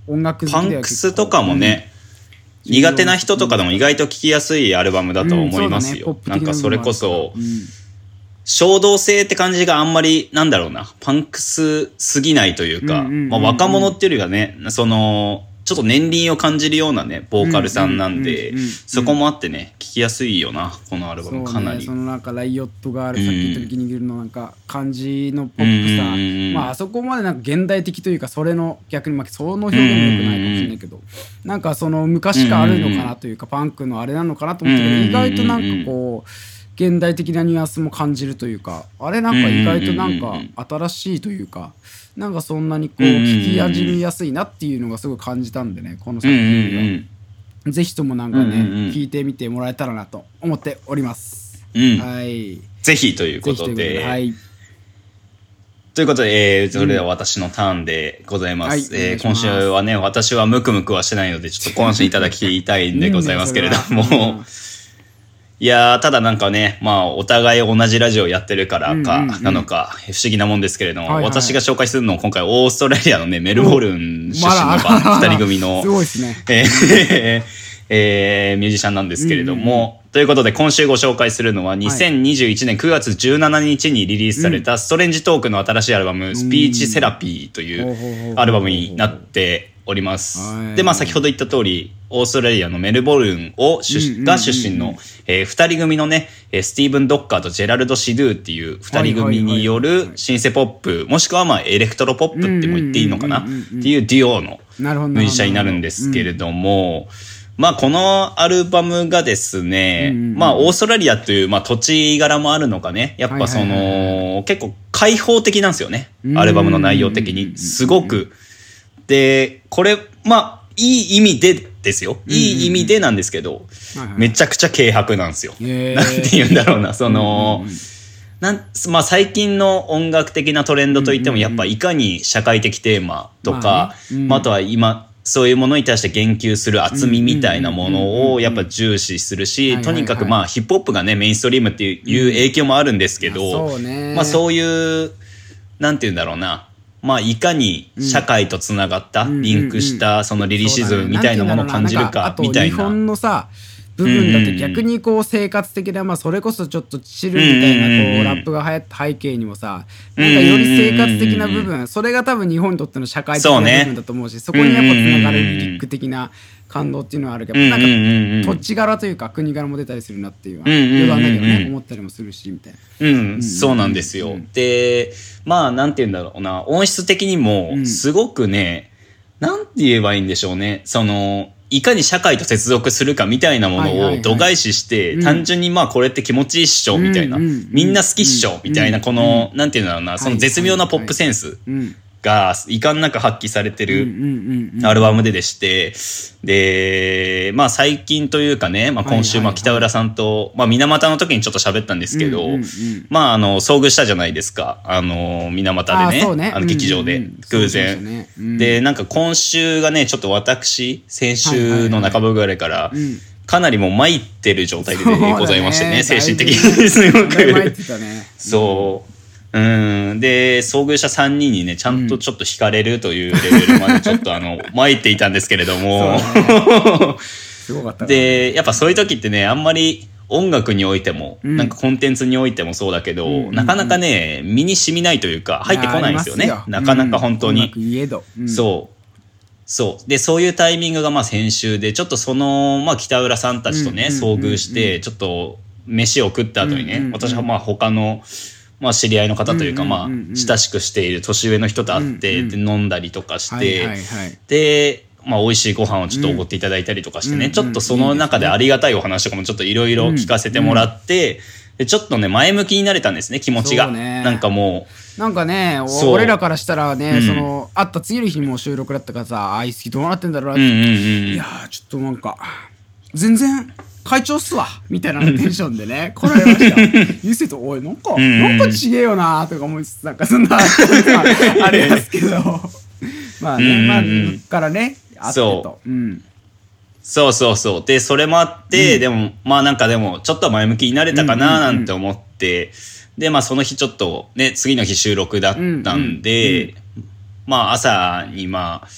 音楽好きではパンクスとかもね、うん、苦手な人とかでも意外と聴きやすいアルバムだと思いますよ、うんね、なんかそれこそ、うん、衝動性って感じがあんまりなんだろうなパンクスすぎないというか、まあ、若者っていうよりはねそのちょっと年輪を感じるようなねボーカルさんなんで、そこもあってね聴きやすいよなこのアルバムかなり。 そ、ね、そのなんかライオットがある、うん、さっき言ったビキニギルのなんか感じのポップさ、うん、まああそこまでなんか現代的というかそれの逆にまあその表現も良くないかもしれないけど、うん、なんかその昔からあるのかなというか、うん、パンクのあれなのかなと思ったけど、うん、意外となんかこう現代的なニュアンスも感じるというか、あれなんか意外となんか新しいというか、なんかそんなにこう聞き味見やすいなっていうのがすごい感じたんでね、この作品がぜひともなんかね聞いてみてもらえたらなと思っております、 うん、 はい、 ぜひということで、はい、ということで、えー、それでは私のターンでございます、うん、はい、えー、今週はね私はムクムクはしてないのでちょっとご安心いただきたいんでございますけれども、うんいやーただなんかねまあお互い同じラジオやってるからかなのか不思議なもんですけれども、うんうんうん、私が紹介するのを今回オーストラリアのねメルボルン出身のふたり組のすごいですね、 えーえー、ミュージシャンなんですけれども、うんうんうん、ということで今週ご紹介するのはにせんにじゅういちねんくがつじゅうしちにちにリリースされたストレンジトークの新しいアルバム、うん、スピーチセラピーというアルバムになっております。で、まあ先ほど言った通り、オーストラリアのメルボルンを出、が出身の、えー、二人組のね、スティーブン・ドッカーとジェラルド・シドゥっていう二人組によるシンセポップ、もしくはまあエレクトロポップっても言っていいのかなっていうデュオのミュージシャンになるんですけれども、まあこのアルバムがですね、まあオーストラリアというまあ土地柄もあるのかね、やっぱその結構開放的なんですよね、アルバムの内容的に。すごく。で、これ、まあ、いい意味でですよ。いい意味でなんですけど、めちゃくちゃ軽薄なんですよ。なんて言うんだろうな、その、なんまあ最近の音楽的なトレンドといっても、やっぱいかに社会的テーマとか、まああとは今、そういうものに対して言及する厚みみたいなものをやっぱ重視するし、とにかくまあヒップホップがね、メインストリームっていう影響もあるんですけど、まあそういう、なんて言うんだろうな、まあいかに社会とつながった、うん、リンクしたそのリリシズムみたいなものを感じるかみたいな。 日本のさ部分だって逆にこう生活的な、まあそれこそちょっとチルみたいなこうラップがはやった背景にもさ、なんかより生活的な部分、それが多分日本にとっての社会的な部分だと思うし、そこにやっぱつながるリリック的な感動っていうのはあるけど、なんか土地柄というか国柄も出たりするなっていう余談だけどね、思ったりもするしみたいな。 うん、そうなんですよ。で、まあなんて言うんだろうな、音質的にもすごくね、なんて言えばいいんでしょうね、そのいかに社会と接続するかみたいなものを度外視して、単純にまあこれって気持ちいいっしょみたいな、みんな好きっしょみたいな、このなんて言うんだろうな、その絶妙なポップセンスがいかんなく発揮されてるアルバムででして、でまあ最近というかね、まあ、今週まあ北浦さんと、まあ、水俣の時にちょっと喋ったんですけど、まああの遭遇したじゃないですか、あの水俣でね、あの劇場で偶然で、なんか今週がねちょっと私先週の半ばぐらいからかなりもう参ってる状態でございましてね、精神的にすごくそううんで遭遇者さんにんにねちゃんとちょっと惹かれるというレベルまでちょっとあの参っていたんですけれどもすごかったでやっぱそういう時ってねあんまり音楽においても、うん、なんかコンテンツにおいてもそうだけど、うんうんうん、なかなかね身に染みないというか入ってこないんですよね、なかなか本当に、 うん、 そうそうでそういうタイミングがまあ先週でちょっとその、まあ、北浦さんたちとね、うんうんうんうん、遭遇してちょっと飯を食った後にね、うんうんうん、私はまあ他のまあ知り合いの方というか、まあ親しくしている年上の人と会って、で飲んだりとかして、で、まあ美味しいご飯をちょっとおごっていただいたりとかしてね、ちょっとその中でありがたいお話とかもちょっといろいろ聞かせてもらって、でちょっとね前向きになれたんですね、気持ちが。なんかもうなんかね、俺らからしたらね、その会った次の日にも収録だったからさ、あいつどうなってんだろうなって、いやーちょっとなんか全然会長っすわみたいなテンションでね来られましたゆうせいとおいなんか、うん、なんかちげえよなとか思いつつ、なんかそんなあれですけどまあね、うんうん、まあからねあってと、うん、 そうそうそうでそれもあって、うん、でもまあなんかでもちょっと前向きになれたかななんて思って、うんうんうん、でまあその日ちょっとね次の日収録だったんで、うんうんうん、まあ朝にまあ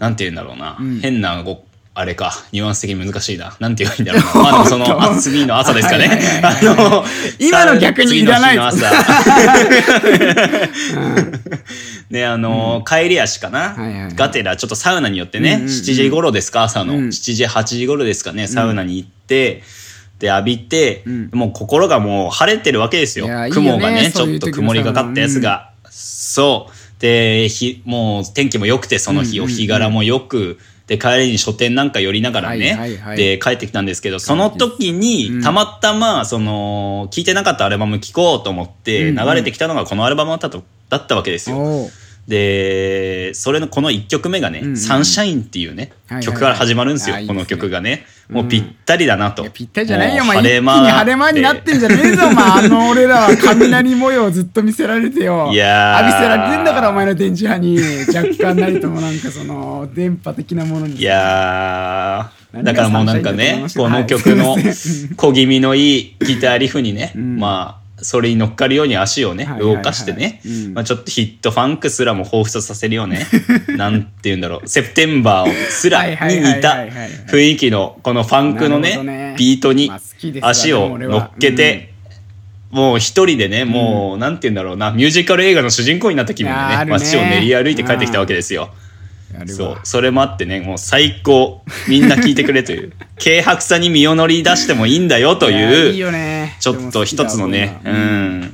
なんて言うんだろうな、 うん、 変なごあれかニュアンス的に難しいな、なんて言うんだろうなまあでもその次の朝ですかねあの今の逆にいらない次の日の朝ねあの、うん、帰り足かな、はいはいはい、がてらちょっとサウナによってね、うんうんうん、しちじ頃ですか朝の、うん、しちじはちじ頃ですかねサウナに行って、うんで浴びて、うん、もう心がもう晴れてるわけですよ。いいよ雲がねちょっと曇りがかったやつが、うん、そうでひもう天気も良くてその日、うんうんうん、お日柄も良くで帰りに書店なんか寄りながらね、はいはいはい、で帰ってきたんですけどその時に、うん、たまたまその聴いてなかったアルバム聴こうと思って流れてきたのがこのアルバムだったとだったわけですよ。うんうんでそれのこのいっきょくめがね、うんうん、サンシャインっていうね、はいはいはい、曲から始まるんですよ。この曲がね、うん、もうぴったりだなと。 ぴったりじゃないよお前、一気に晴れ間になってんじゃねえぞお前あの俺らは雷模様ずっと見せられてよいや浴びせられてんだからお前の電磁波に若干なりともなんかその電波的なものにいやだからもうなんかねこの曲の小気味のいいギターリフにね、うん、まあそれに乗っかるように足をね、はいはいはい、動かしてね、うんまあ、ちょっとヒットファンクすらも彷彿とさせるようねなんて言うんだろうセプテンバーすらに似た雰囲気のこのファンクの ね, ねビートに足を乗っけて、うん、もう一人でねもう、うん、なんて言うんだろうなミュージカル映画の主人公になった気分で ね, ね街を練り歩いて帰ってきたわけですよ。そうそれもあってねもう最高みんな聞いてくれという軽薄さに身を乗り出してもいいんだよというい, い, いよ、ね、 ちょっと一つのね、うん、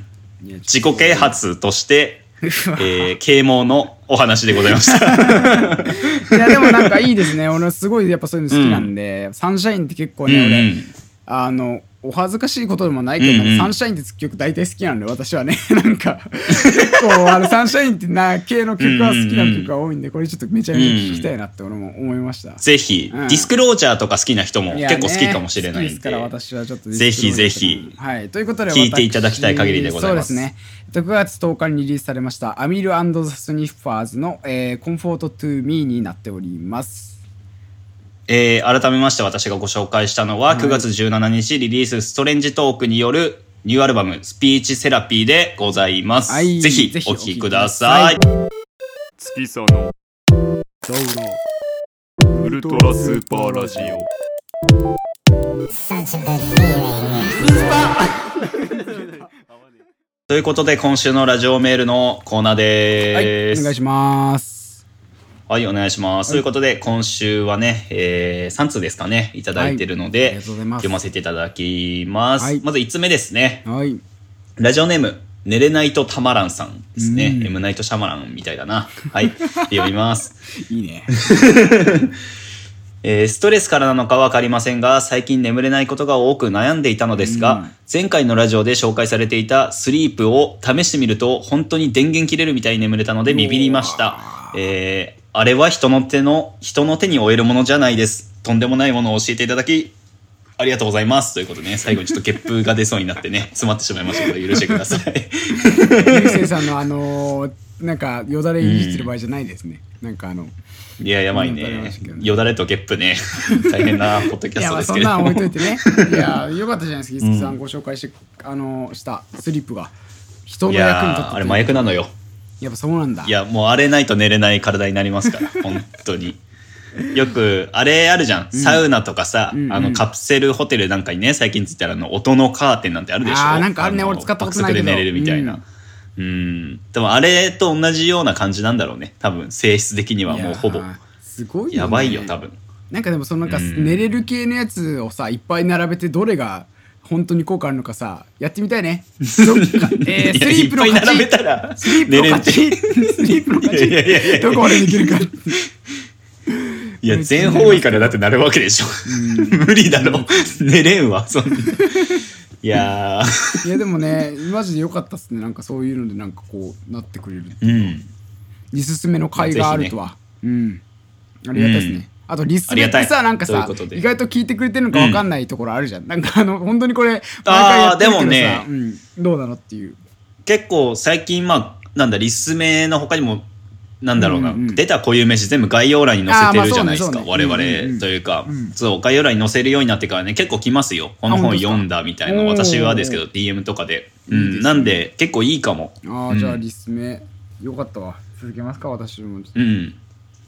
自己啓発として、えー、啓蒙のお話でございましたいやでもなんかいいですね俺すごいやっぱそういうの好きなんで、うん、サンシャインって結構ね、うん、俺あのお恥ずかしいことでもないけど、うんうん、サンシャインって曲大体好きなんで私はねなんか結構あのサンシャインってな系の曲は好きな曲が多いんでこれちょっとめちゃめちゃ聴きたいなって俺も思いました、うん、 ぜひ、うん、ディスクロージャーとか好きな人も結構好きかもしれないんで、 好きですから私はちょっとぜひぜひ、 はい、ということで聴いていただきたい限りでございます。 そうですねくがつとおかにリリースされましたアミル&ザ・スニッファーズの、えー、コンフォート・トゥ・ミーになっております。 えー、改めまして私がご紹介したのはくがつじゅうしちにちリリースストレンジトークによるニューアルバムスピーチセラピーでございます、はい、ぜひお聴きください。 月佐のウルトラスーパーラジオということで今週のラジオメールのコーナーでーす、 はい、お願いします。 はい、お願いします。はい、ということで、今週はね、えー、さん通ですかね、いただいてるので、はい、読ませていただきます。はい、まずいつつめですね。はい、ラジオネーム、寝れないとたまらんさんですね。エムナイトシャマランみたいだな。はい、読みます。 いいね。 えー、ストレスからなのかわかりませんが、最近眠れないことが多く悩んでいたのですが、うん、前回のラジオで紹介されていたスリープを試してみると、本当に電源切れるみたいに眠れたのでビビりました。えーあれは人の手の人の手に負えるものじゃないです。とんでもないものを教えていただきありがとうございますということでね、最後にちょっとゲップが出そうになってね詰まってしまいましたので許してください。 ゆうせいさんのあのー、なんかよだれいじってる場合じゃないですね。うん、なんかあのいややばいね。よだれとゲップね大変なポッドキャストですけれども。 いやそんな置いといてね。いやよかったじゃないですか。伊月さんご紹介して、あのー、したスリップが人の役に立ってて。 あれ麻薬なのよ。 やっぱそうなんだ。 いやもうあれないと寝れない体になりますから本当に。よくあれあるじゃん、うん、サウナとかさ、うんうん、あのカプセルホテルなんかにね最近ついたらあの音のカーテンなんてあるでしょ。 あなんかあるね、俺使ったことないけどバックスクで寝れるみたいな、うん、うんでもあれと同じような感じなんだろうね多分性質的にはもうほぼすごいよ、ね、 やばいよ多分。 なんかでもそのなんか寝れる系のやつをさいっぱい並べてどれが本当に効果あるのかさやってみたいね。そっか、えー、スリープの勝ち。いっぱい並べたらスリープの勝ち。スリープの勝ち。いやいやいやどこまでできるか。 いや全方位からだってなるわけでしょ。無理だろ。寝れんわそんな。いやいやでもねマジで良かったっすね。なんかそういうのでなんかこうなってくれる。 うん。 リススメの会があるとは。ね、うん。ありがたいですね。うんあとリスメってさなんかさ意外と聞いてくれてるのか分かんないところあるじゃん、うん、なんかあの本当にこれ毎回やってるけどさあでもね、うん、どうなのっていう結構最近まあなんだリスメの他にもなんだろうな、うんうん、出た固有名詞全部概要欄に載せてるじゃないですか、我々、うんうん、というか、うん、そう概要欄に載せるようになってからね結構来ますよこの本読んだみたいな私はですけど ディーエム とかで、うん、いいですね、なんで結構いいかも。 あ、うん、じゃあリスメよかったわ続けますか私もうん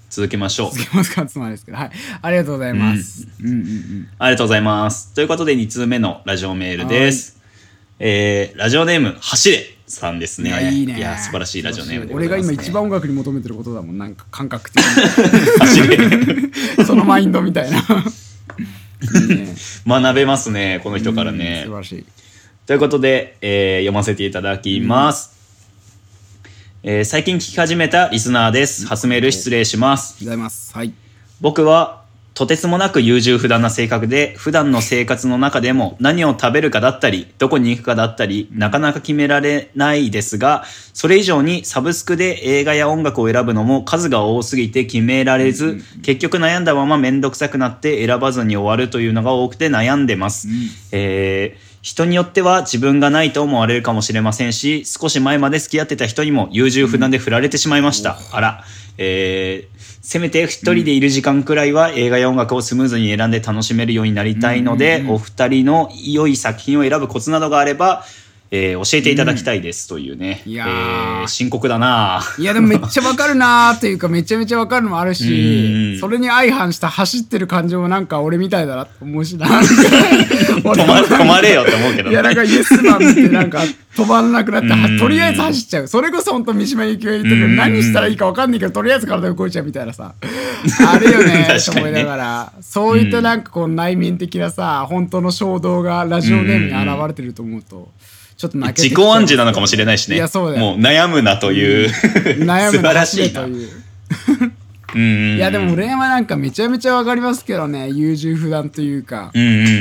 続けましょう。 続けますかつまりですけど、はい。ありがとうございます。うん、うん、うんうん。 ありがとうございます。ということでに通目のラジオメールです。えー、ラジオネーム、走れさんですね。 いや、いいね。 いや、素晴らしいラジオネームでございます、ね。 俺が今一番音楽に求めてることだもん、なんか感覚的に。走れ。そのマインドみたいな。いいね、 学べますね、この人からね。 素晴らしい。 ということで、えー、読ませていただきます。うんえー、最近聞き始めたリスナーです。初メール失礼します。 ありがとうございます。はい。 僕は、とてつもなく優柔不断な性格で、普段の生活の中でも何を食べるかだったり、どこに行くかだったり、なかなか決められないですが、それ以上にサブスクで映画や音楽を選ぶのも数が多すぎて決められず、結局悩んだままめんどくさくなって選ばずに終わるというのが多くて悩んでます。えー人によっては自分がないと思われるかもしれませんし、少し前まで付き合ってた人にも優柔不断で振られてしまいました。あら、えー、せめて一人でいる時間くらいは映画や音楽をスムーズに選んで楽しめるようになりたいので、お二人の良い作品を選ぶコツなどがあれば、えー、教えていただきたいですというね、 いやえー、深刻だないやでもめっちゃわかるなーというかめちゃめちゃわかるのもあるし、それに相反した走ってる感情もなんか俺みたいだなと思うしな止ま止まれよって思うけど、ね、 いやなんかイエスマン見てなんか止まらなくなってとりあえず走っちゃう。それこそ本当三島由紀夫が言ってるけど何したらいいかわかんないけどとりあえず体動いちゃうみたいなさあるよねと思いながら、そういったなんかこう内面的なさ本当の衝動がラジオネームに現れてると思うとちょっと泣けてきちゃう。 自己暗示なのかもしれないしね。 いやそうだよ。 もう悩むなという、うん、 悩むな素晴らしいなといううんいやでも俺はなんかめちゃめちゃわかりますけどね、優柔不断というか、 うんうんうんうん、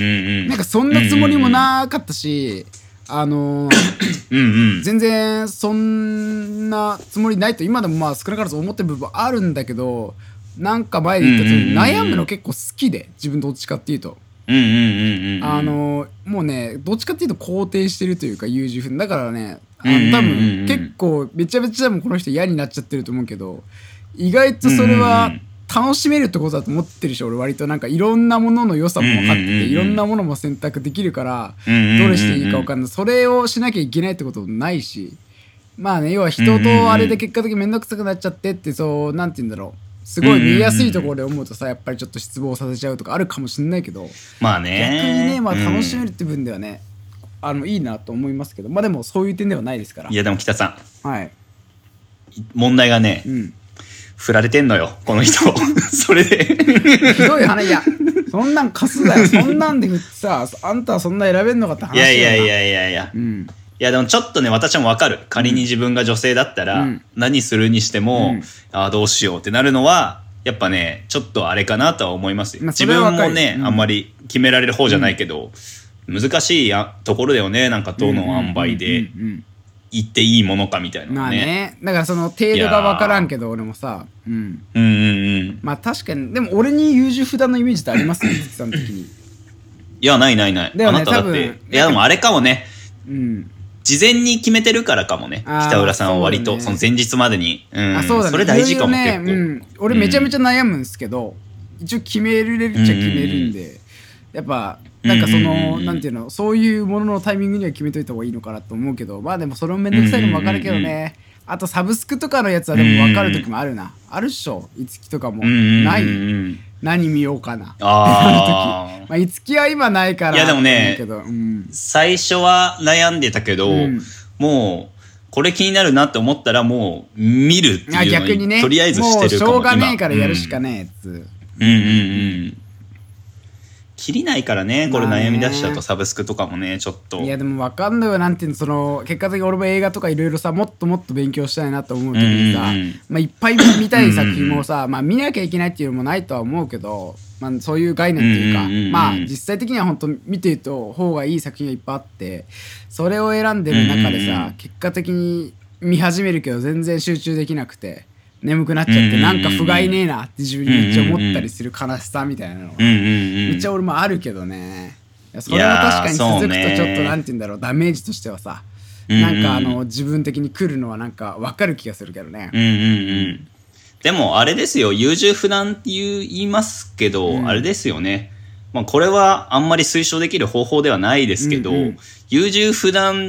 なんかそんなつもりもなかったし、あのーうん、うん、全然そんなつもりないと今でもまあ少なからず思ってる部分あるんだけど、なんか前で言った通り悩むの結構好きで、自分どっちかっていうと。あのもうねどっちかっていうと肯定してるというか優柔不断だからね、あの多分結構めちゃめちゃでもこの人嫌になっちゃってると思うけど、意外とそれは楽しめるってことだと思ってるし、俺割となんかいろんなものの良さも分かってていろんなものも選択できるからどれしていいか分かんない、それをしなきゃいけないってこともないし、まあね要は人とあれで結果的にめんどくさくなっちゃってってそうなんて言うんだろうすごい見やすいところで思うとさやっぱりちょっと失望させちゃうとかあるかもしれないけど、 まあね逆にねまあ楽しめるって分ではね、うん、あのいいなと思いますけど、まあでもそういう点ではないですから。 いやでも北さん、はい、 問題がね、うん、振られてんのよこの人それでひどい話。いやそんなん貸すだよそんなんで振ってさあんたはそんな選べんのかって話だよな。 いやいやいやいやいや、うんいやでもちょっとね私も分かる。仮に自分が女性だったら、うん、何するにしても、うん、あどうしようってなるのはやっぱねちょっとあれかなとは思いますよ、まあ、自分もね、うん、あんまり決められる方じゃないけど、うん、難しいやところだよね。なんかどの塩梅で言っていいものかみたいなのね。 まあねだからその程度が分からんけど俺もさ、うん、うんうんうんまあ確かにでも俺に優柔不断のイメージってありますよ月さん的に。 いやないないない、ね、あなただっていやでもあれかもね、うん事前に決めてるからかもね。北浦さんは割とその前日までに、うん、あそうだね、それ大事かも、ね、結構、うん、 俺めちゃめちゃ悩むんですけど、うん、一応決めれるっちゃ決めるんで、うんうん、やっぱなんかその、うんうん、なんていうのそういうもののタイミングには決めといた方がいいのかなと思うけど、まあでもそれもめんどくさいのも分かるけどね、うんうんうん、あとサブスクとかのやつはでも分かる時もあるな、うんうん、あるっしょ。いつきとかも、うんうんうん、ない何見ようかなあまあいつきは今ないから。 いやでもね、 けど、うん、 最初は悩んでたけど、うんもうこれ気になるなって思ったらもう見るっていうのに、ね、とりあえずしてるかも。 もうしょうがねえからやるしかねえやつ、うん、うんうんうん切りないからねこれ悩み出しちゃうとサブスクとかもねちょっと。 いやでも分かんないよなんていうのその結果的に俺も映画とかいろいろさもっともっと勉強したいなと思う時にさ、うんうんまあ、いっぱい見たい作品もさ、まあ、見なきゃいけないっていうのもないとは思うけど、まあ、そういう概念っていうか、うんうんうん、まあ実際的には本当見ていると方がいい作品がいっぱいあってそれを選んでる中でさ、うんうんうん、結果的に見始めるけど全然集中できなくて眠くなっちゃって、うんうんうん、なんか不甲斐ねえなって自分にめっちゃ思ったりする悲しさみたいなのは、うんうんうん、めっちゃ俺もあるけどね。それは確かに続くとちょっとなんて言うんだろうダメージとしてはさ、なんかあの自分的に来るのはなんか分かる気がするけどね、 うんうんうん、でもあれですよ優柔不断って言いますけど、うん、あれですよね、まあ、これはあんまり推奨できる方法ではないですけど、うんうん、優柔不断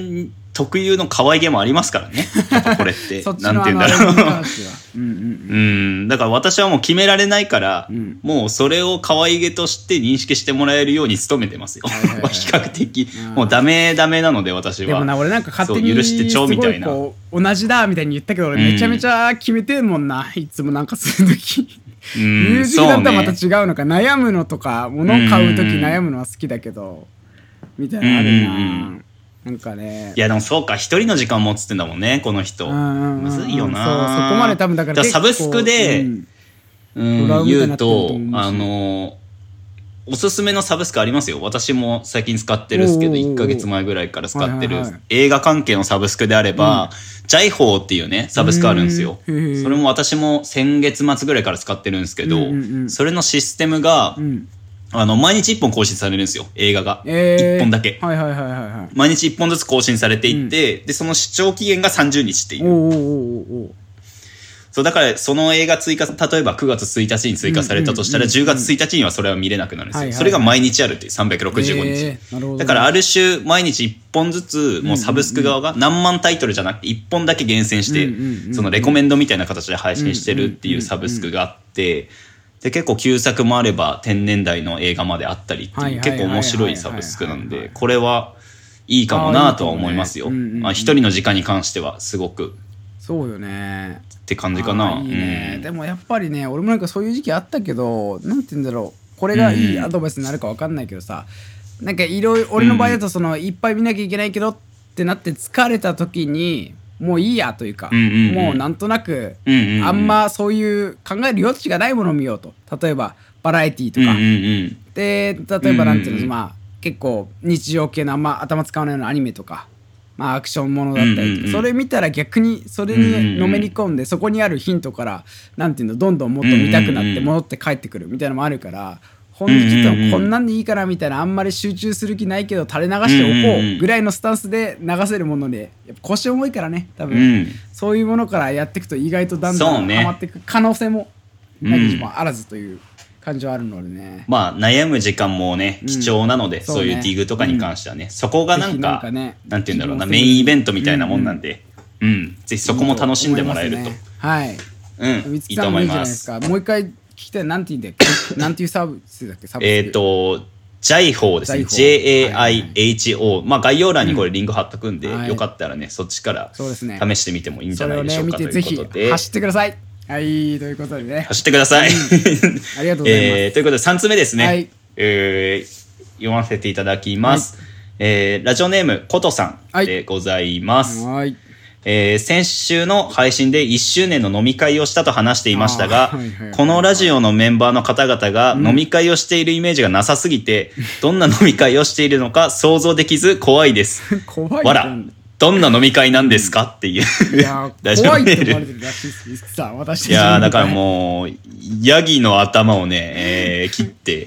特有の可愛げもありますからねやっぱこれってそっちなんのて言うんだろうあのあれに関してはうんうんうんだから私はもう決められないから、 うん、 もうそれを可愛げとして認識してもらえるように努めてますよ、はいはいはい、比較的もうダメダメなので私は。 でもな俺なんか勝手に許してちょうみたいなこう同じだみたいに言ったけど俺めちゃめちゃ決めてるもんな、うん、いつもなんかする時ミュージックだったらまた違うのか、ね、悩むのとか物を買う時悩むのは好きだけどみたいなのあるな、うんうんうんなんかね、 いやでもそうか一人の時間持つってんだもんねこの人、うんうんうん、むずいよな。 そうそこまで多分だからサブスクで、うんうん、言うとあのおすすめのサブスクありますよ。私も最近使ってるんですけどいっかげつまえぐらいから使ってる、はいはいはい、映画関係のサブスクであれば、うん、ジャイホーっていうねサブスクあるんですよ。それも私も先月末ぐらいから使ってるんですけど、うんうんうん、それのシステムが、うんあの毎日いっぽん更新されるんですよ映画が、えー、いっぽんだけ、 はいはいはいはい、 毎日いっぽんずつ更新されていって、うん、でその視聴期限がさんじゅうにちっていう。おーおーおーそうだからその映画追加例えばくがつついたちに追加されたとしたら、うんうんうんうん、じゅうがつついたちにはそれは見れなくなるんですよ、はいはいはい、それが毎日あるっていうさんびゃくろくじゅうごにち、えー、だからある種毎日いっぽんずつもうサブスク側が何万タイトルじゃなくていっぽんだけ厳選して、うんうんうんうん、そのレコメンドみたいな形で配信してるっていうサブスクがあって、で結構旧作もあれば天然代の映画まであったりっていう結構面白いサブスクなんでこれはいいかもなとは思いますよ。一人の時間に関してはすごくそうよねって感じかな。 いいね、うん、でもやっぱりね俺もなんかそういう時期あったけどなんて言うんだろうこれがいいアドバイスになるか分かんないけどさ、うん、なんかいろいろ俺の場合だとそのいっぱい見なきゃいけないけどってなって疲れた時にもういいやというか、うんうんうん、もうなんとなく、うんうんうん、あんまそういう考える余地がないものを見ようと。例えばバラエティーとか、うんうんうん、で例えばなんていうの、うんうん、まあ結構日常系のあんま頭使わないようなアニメとか、まあ、アクションものだったりとか、うんうんうん、それ見たら逆にそれにのめり込んで、そこにあるヒントからなんていうのどんどんもっと見たくなって戻って帰ってくるみたいなのもあるから、ほんとちょっとこんなんでいいかなみたいなあんまり集中する気ないけど垂れ流しておこうぐらいのスタンスで流せるものでやっぱ腰重いからね多分、うん、そういうものからやっていくと意外とだんだんハマっていく可能性も何日もあらずという感じはあるのでね、 まあ悩む時間もね貴重なので、うん、そういうディグとかに関してはね、うん、そこがなんか、ね、なんて言うんだろうなメインイベントみたいなもんなんで、うんうん、ぜひそこも楽しんでもらえると、ね、 はい、 うん、いいと思います。 もう一回聞きたい。なんて言うんだっけなんていうサービスだっけサブスクえっ、ー、とジャイホーですね ジェイエーアイエイチオー、はいはい、まあ概要欄にこれリンク貼っとくんで、うん、よかったらねそっちから試してみてもいいんじゃないでしょうか、 それをね見てぜひ走ってください。はいということでね走ってください、うん、 ありがとうございます、 えー、ということでさんつめですね、はいえー、読ませていただきます、はいえー、ラジオネームことさんでございます、はいはいえー、先週の配信でいっしゅうねんの飲み会をしたと話していましたが、はいはいはい、このラジオのメンバーの方々が飲み会をしているイメージがなさすぎて、うん、どんな飲み会をしているのか想像できず怖いです。 怖いわらどんな飲み会なんですかっていういや怖いって思われてるらしいですさ私たち。 いやだからもうヤギの頭をね、えー、切って、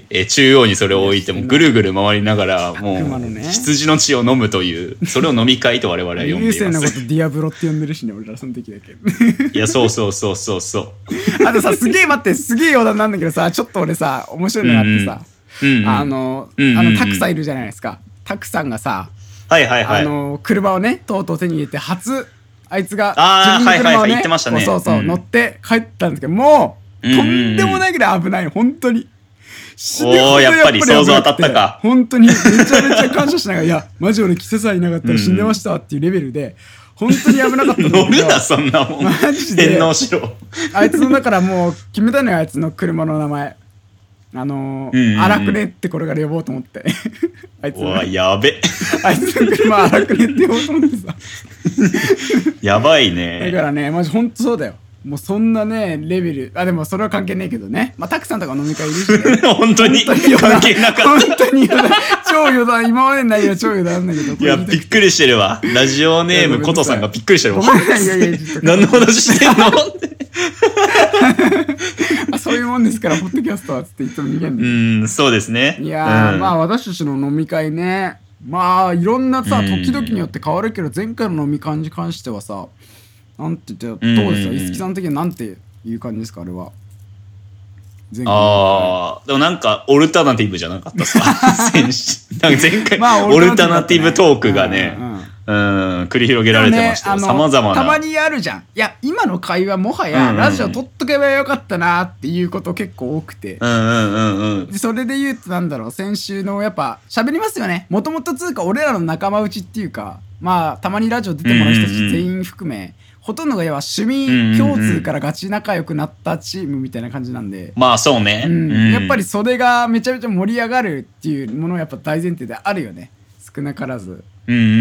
えー、中央にそれを置いてもぐるぐる回りながらもう、ね、羊の血を飲むというそれを飲み会と我々は呼んでいます。 優勢なことディアブロって呼んでるしね俺らその時だけいやそうそうそうそうそうあとさすげえ待ってすげえ余談なんだけどさちょっと俺さ面白いのがあってさ、うんうん、あの、うんうん、あのタクさんいるじゃないですか。タクさんがさはいはいはい、 あの車をねとうとう手に入れて初あいつが自分の車をねそうそう、うん、乗って帰ったんですけどもう、うん、とんでもないぐらい危ない本当に死ぬほどやっぱり想像当たったか本当にめちゃめちゃ感謝しながらいやマジ俺キセさえいなかったら死んでましたっていうレベルで本当に危なかったんだけど乗るなそんなもんマジで洗脳しろあいつのだからもう決めたのよあいつの車の名前あのー、荒くねってこれから呼ぼうと思ってあいつうわやべあいつの車荒くねって呼ぼうと思ってさやばいね。 だからねマジほんとそうだよもうそんなねレベルあでもそれは関係ないけどねまあたくさんとか飲み会いるしね本当に関係なかった本当に余談超余談今までにないよ超余談なんだけどいやびっくりしてるわラジオネームことさんがびっくりしてるわごめんなさいいやいや何の話してんのあそういうもんですからポッドキャストはつって言っても逃げんでうんそうですね。 いや、うん、まあ私たちの飲み会ねまあいろんなさ時々によって変わるけど前回の飲み会に関してはさなんて言ってどうですか、いつきさん的になんていう感じですかあれは。 ああでもなんかオルタナティブじゃなかったっすか前回、まあ、オルタナティブトークがね、うんうん、 繰り広げられてましたよ。さまざまな。 たまにあるじゃん。いや今の会話もはやラジオ撮っとけばよかったなっていうこと結構多くて、 うんうんうんうん、 でそれで言うとなんだろう、先週のやっぱ喋りますよね。もともとつうか俺らの仲間内っていうか、まあたまにラジオ出てもらう人たち全員含め、うんうんうん、ほとんどが要は趣味共通からガチ仲良くなったチームみたいな感じなんで、 まあそうね、 うんうん、やっぱりそれがめちゃめちゃ盛り上がるっていうものはやっぱ大前提であるよね、少なからず。 うんうんうんうん、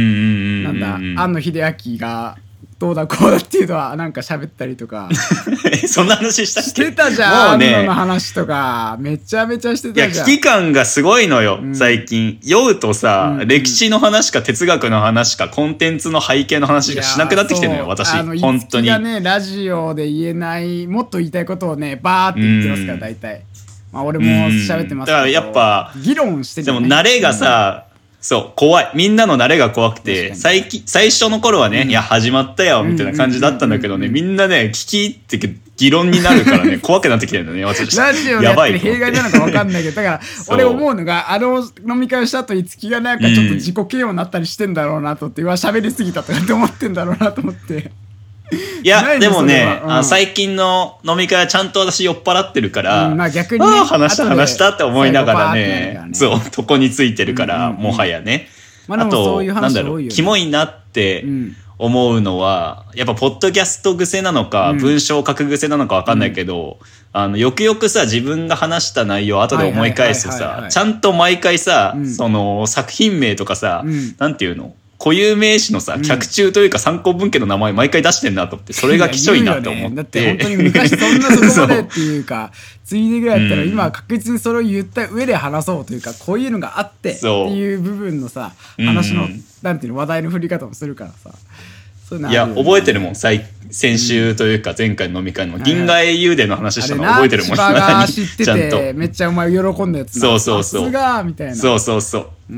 なんだ庵野秀明がどうだこうだっていうのはなんか喋ったりとかそんな話したっけ？ してたじゃん、ね、庵野の話とかめちゃめちゃしてたじゃん。 いや危機感がすごいのよ、うん、最近酔うとさ、うん、歴史の話か哲学の話かコンテンツの背景の話しかしなくなってきてるのよ私。 あの本当にがねラジオで言えないもっと言いたいことをねバーって言ってますから、大体まあ俺も喋ってますけど、だからやっぱ議論してて、ね、でも慣れがさ、うんそう怖い、みんなの慣れが怖くて、最近最初の頃はね、うん、いや始まったよみたいな感じだったんだけどね、みんなね聞き入って議論になるからね怖くなってきてるんだね私。 ラジオでやってる弊害なのか分かんないけど、だから俺思うのがあの飲み会をした後に月がなんかちょっと自己嫌悪になったりしてんだろうなと思って、うわ喋りすぎたとかって思ってんだろうなと思っていやでもね、うん、あ最近の飲み会はちゃんと私酔っ払ってるから、 うんまあ、逆に、ね、 あ話した話したって思いながら ね, ねそう床についてるから、うんうんうん、もはやね、まあ、あとなんだろう、キモいなって思うのは、うん、やっぱポッドキャスト癖なのか、うん、文章書く癖なのか分かんないけど、うん、あのよくよくさ自分が話した内容を後で思い返すとさちゃんと毎回さ、うん、その作品名とかさ、うん、なんていうの固有名詞のさ、脚注というか参考文献の名前毎回出してんなと思って、それが貴重いなと思って。 だって本当に昔そんなそこまでっていうか、ついでぐらいだったら今は確実にそれを言った上で話そうというか、こういうのがあってっていう部分のさ、話の、なんていうの、話題の振り方もするからさ。 そういうのあるよね。いや、覚えてるもん、最先週というか前回の飲み会の銀河英雄伝の話したの覚えてるもん。 千葉が知っててめっちゃお前喜んだやつな。 そうそうそう。 さすがみたいな。 そうそうそう。うん、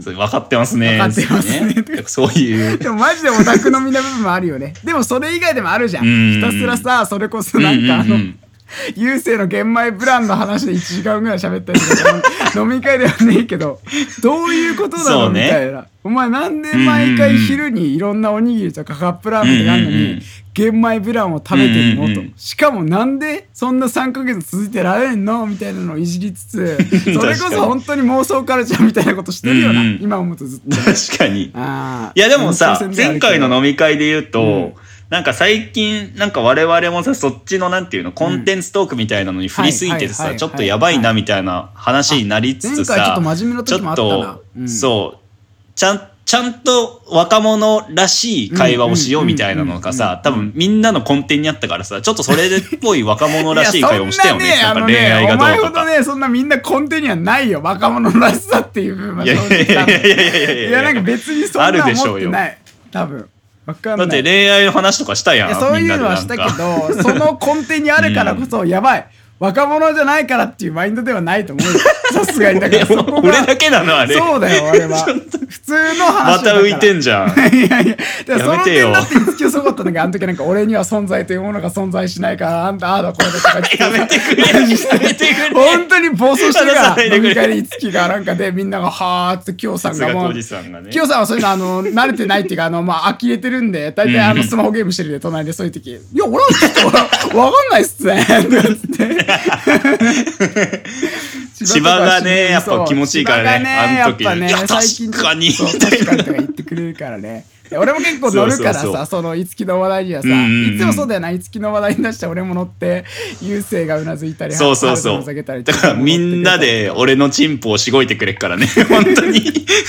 それ分かってますね。 分かってますね。 そういう。 でもマジでオタクのみな部分もあるよね。でもそれ以外でもあるじゃん。ひたすらさ、それこそなんかあの、郵政の玄米ブランの話でいちじかんぐらい喋ったりとか飲み会ではねえけどどういうことだろうみたいな、ね、お前なんで毎回昼にいろんなおにぎりとかカップラーメンとかあるのに玄米ブランを食べてるのと、しかもなんでそんなさんかげつ続いてられんのみたいなのをいじりつつそれこそ本当に妄想カルチャーみたいなことしてるよな今思うとずっと。 確かに。あいやでもさ前回の飲み会で言うと、うんなんか最近なんか我々もさそっちのなんていうのコンテンツトークみたいなのに振りすぎててさちょっとやばいなみたいな話になりつつさ、 前回ちょっと真面目な時もあったな。ちょっと、 うん、そうちゃんちゃんと若者らしい会話をしようみたいなのがさ多分みんなの根底にあったからさちょっとそれっぽい若者らしい会話をしたよね。なんか恋愛がどうとか。お前ほどねそんなみんな根底にはないよ若者らしさっていう部分は。 いやいやいやいやいやいやいやいやなんか別にそんな思ってない多分。 だって恋愛の話とかしたやん。 いやそういうのはしたけどその根底にあるからこそ、うん、やばい若者じゃないからっていうマインドではないと思うよさすがに。だからそこが俺だけなのあれ。 そうだよ俺は普通の話だから。 また浮いてんじゃん。 いやいやだからその点だって見つけそうかったんだけどあの時なんか俺には存在というものが存在しないからあんたああだこうだとか言ってやめてくれやめてくれ本当に暴走してるから飲み会にいつきがなんかでみんながはーってきよさんがもうきよさんはそういうのあの慣れてないっていうかあのまあ呆れてるんで大体あのスマホゲームしてるで隣でそういう時いや俺はちょっとわかんないっすねとかつって千葉がねやっぱ気持ちいいからねあの時やっぱねいや確かに確かにとか言ってくれるからね俺も結構乗るからさそうそうそうそのいつきの話題にはさ、うんうんうん、いつもそうだよないつきの話題に出して俺も乗って郵政がうなずいたりそうそうそうだからみんなで俺のチンポをしごいてくれっからね本当に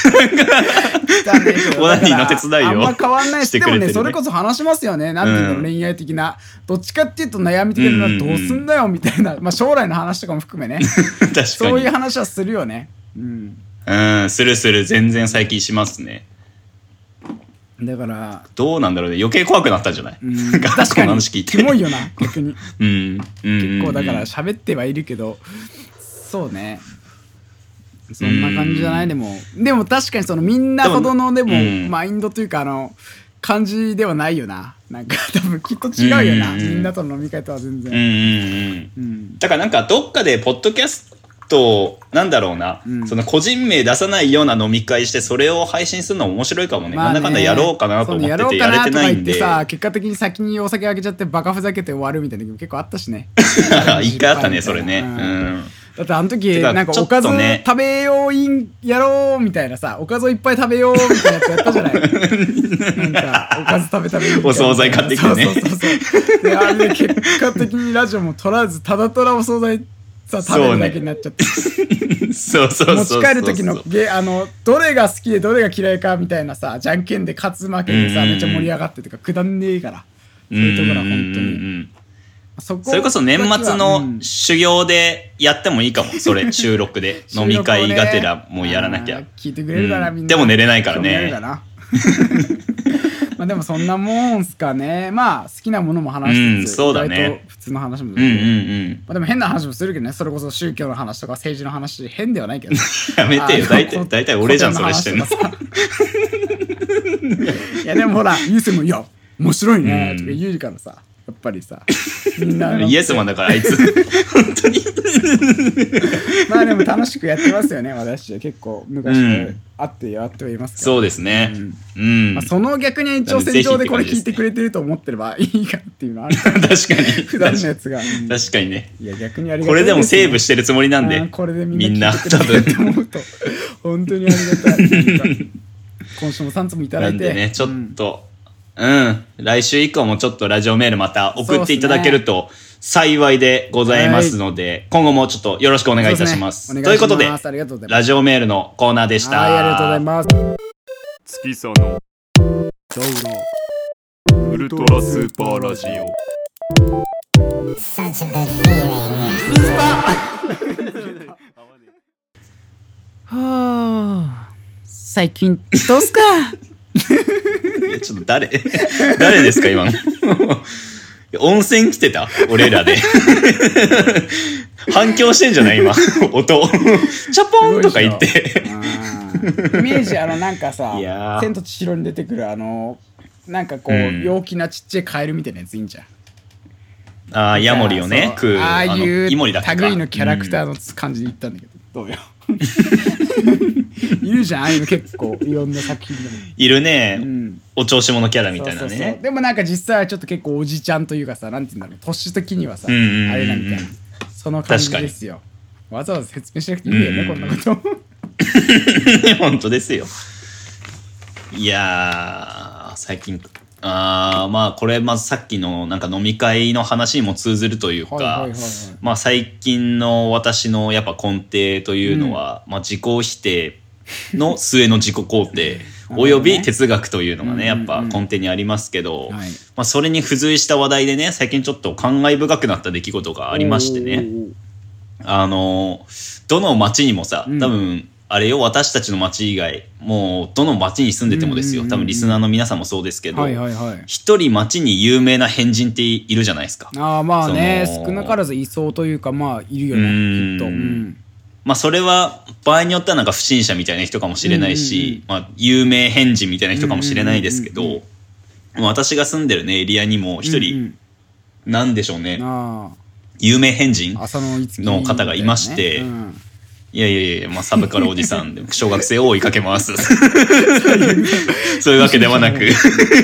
オナニーの手伝いをあんま変わんないし、ね、でもねそれこそ話しますよねなんていうの、うん、恋愛的などっちかっていうと悩み的なのはどうすんだよみたいな、まあ、将来の話とかも含めね確かにそういう話はするよねうん、 うん、するする全然最近しますねだからどうなんだろうね余計怖くなったんじゃない、うん、 確かにキモいよな逆に、 うん、 結構だから喋ってはいるけどそうねそんな感じじゃないでもでも確かにそのみんなほどのでも、うん、マインドというかあの感じではないよななんか多分きっと違うよな、うんうん、みんなとの飲み会とは全然、 うんうんうんうん、だからなんかどっかでポッドキャスとなんだろうな、 うん、 その個人名出さないような飲み会してそれを配信するの面白いかもね。まあ、ねなんだかんだやろうかなと思っててやれてないんで。 さ結果的に先にお酒あげちゃってバカふざけて終わるみたいな時も結構あったしね。 一回あったねそれね。うん。 だってあの時なんかおかず食べよういんやろうみたいなさ、おかずをいっぱい食べようみたいなやつやったじゃない。なんかおかず食べ食べみたいな。 お惣菜買ってきてね。 そうそうそうそうであれで結果的にラジオも取らずただただお惣菜さ食べるだけになっちゃって。 そうそうそう持ち帰る時のゲあのどれが好きでどれが嫌いかみたいなさじゃんけんで勝つ負けでさ、うんうんうん、めっちゃ盛り上がってとかくだんねえから、そういうところは本当に。うんうんうんそ, こそれこそ年末の修行でやってもいいかも、それ収録で飲み会がてらもうやらなきゃ、 ね、聞いてくれるから、うん、みんなでも寝れないからね。 まあでもそんなもんすかね。まあ好きなものも話しつつ、 うん、そうだね、 意外と普通の話もする、 うんうんうんまあ、でも変な話もするけどね。それこそ宗教の話とか政治の話変ではないけどやめてよ、大体大体俺じゃんそれしてんの。いやでもほらユースもいや面白いねとか言うからさ、やっぱりさみんなイエスマンだからあいつ本当にまあでも楽しくやってますよね。私は結構昔から会ってやってはいますけど、 うん、そうですね、 うんうんまあ、その逆に延長線上でこれ聞いてくれてると思ってればいいかっていうのはある確かに普段のやつが、うん、 確かにね。 いや逆にありがたいですね。 これでもセーブしてるつもりなんで、 これでみんな聞いてくれてると思うと本当にありがたい。今週もさんつもいただいてなんでねちょっと、うん、うん、来週以降もちょっとラジオメールまた送っていただけると幸いでございますので、ね、今後もちょっとよろしくお願いいたします。 ね、 ということでラジオメールのコーナーでした。 はい、ありがとうございます。 月さのウルトラスーパーラジオ。 はあ、最近どうすかいやちょっと誰誰ですか今の温泉来てた俺らで反響してんじゃない今音チャポンとか言ってイメージあのなんかさ千と千尋に出てくるあのなんかこう、うん、陽気なちっちゃいカエルみたいなやついいんじゃん。 ああヤモリをね食うああいう類のキャラクターの感じで言ったんだけど、うん、どうよいるじゃんああいうの結構いろんな作品でもいるね、うん、お調子者キャラみたいなね。そうそうそうでもなんか実際はちょっと結構おじちゃんというかさなんて言うんだろう年的にはさ、うんうんうんうん、あれなんみたいなその感じですよ。わざわざ説明しなくていいんだよね、うんうん、こんなこと本当ですよ。いやー最近あまあこれまずさっきのなんか飲み会の話にも通ずるというか、はいはいはいはい、まあ最近の私のやっぱ根底というのは、うんまあ、自己否定の末の自己肯定および哲学というのがねやっぱ根底にありますけど、うんうんうんまあ、それに付随した話題でね最近ちょっと感慨深くなった出来事がありましてね、あのどの町にもさ多分、うんあれよ私たちの町以外もうどの町に住んでてもですよ、うんうんうんうん、多分リスナーの皆さんもそうですけど、はいはいはい、一人町に有名な変人っているじゃないですか。 あまあね少なからずいそうというかまあいるよねきっと、うんまあ、それは場合によってはなんか不審者みたいな人かもしれないし、うんうんうんまあ、有名変人みたいな人かもしれないですけど、うんうんうんうん、私が住んでる、ね、エリアにも一人、うんうん、なんでしょうねあ有名変人の方がいまして、うんいやいやいや、まあ、サブカルおじさんで小学生を追いかけますそういうわけではなく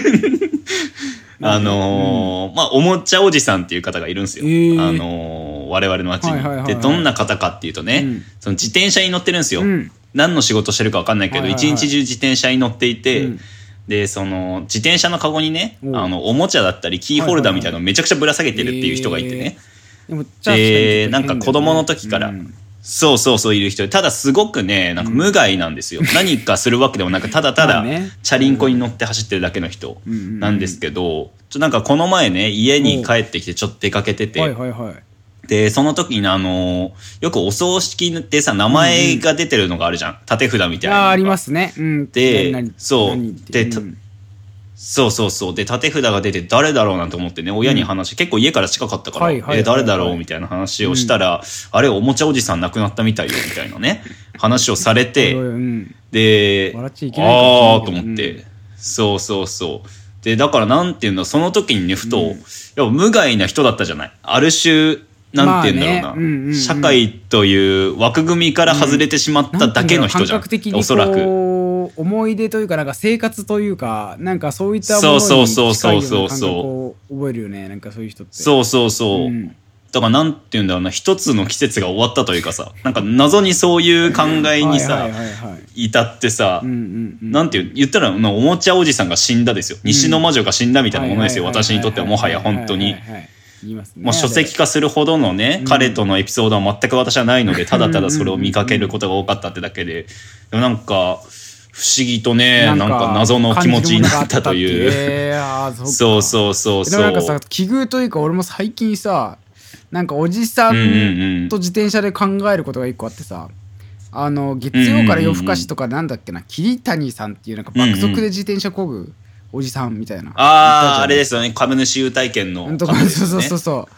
あのーうん、まあおもちゃおじさんっていう方がいるんですよ、えー、あのー、我々の町に、はいはいはいはい、でどんな方かっていうとね、うん、その自転車に乗ってるんですよ、うん、何の仕事してるか分かんないけど、はいはいはい、一日中自転車に乗っていて、うん、でその自転車のカゴにね、うん、あのおもちゃだったりキーホルダーみたいなのをめちゃくちゃぶら下げてるっていう人がいてね、はいはいはい、で, でなんか子供の時から、うんそうそうそういる人でただすごくねなんか無害なんですよ、うん、何かするわけでもなくただただチャリンコに乗って走ってるだけの人なんですけど、ちょなんかこの前ね家に帰ってきてちょっと出かけてて、はいはいはい、でその時にあのよくお葬式でさ名前が出てるのがあるじゃん、うんうん、立て札みたいなのがあ, ありますね、うん、 でそうで、うんそうそうそうで立て札が出て誰だろうなと思ってね親に話、うん、結構家から近かったから、はいはいはいはい、え誰だろうみたいな話をしたら、うん、あれおもちゃおじさん亡くなったみたいよみたいなね話をされて、うん、でああと思って、うん、そうそうそうでだからなんていうのその時にねふと、うん、やっぱ無害な人だったじゃないある種なんて言うんだろうな、 まあねうんうんうん、 社会という枠組みから外れてしまっただけの人じゃん、 感覚的におそらく思い出というかなんか生活というかなんかそういったものに近いような感覚を覚えるよね。なんかそういう人ってそうそうそう、うん、だからなんて言うんだろうな、一つの季節が終わったというかさ、なんか謎にそういう考えにさ至ってさ、うんうんうん、なんて言う言ったらおもちゃおじさんが死んだですよ、西の魔女が死んだみたいなものですよ、私にとってはもはや本当に。もう書籍化するほどのね、うん、彼とのエピソードは全く私はないので、ただただそれを見かけることが多かったってだけで、でもなんか不思議とね、なんか謎の気持ちになったという、えー、そうそうそうそう。 でもなんかさ、奇遇というか俺も最近さ、なんかおじさんと自転車で考えることが一個あってさ、あの月曜から夜更かしとかなんだっけな、桐谷さんっていうなんか爆速で自転車こぐおじさんみたいな、 あああれですよね、株主優待券の、 ね、そうそうそうそう。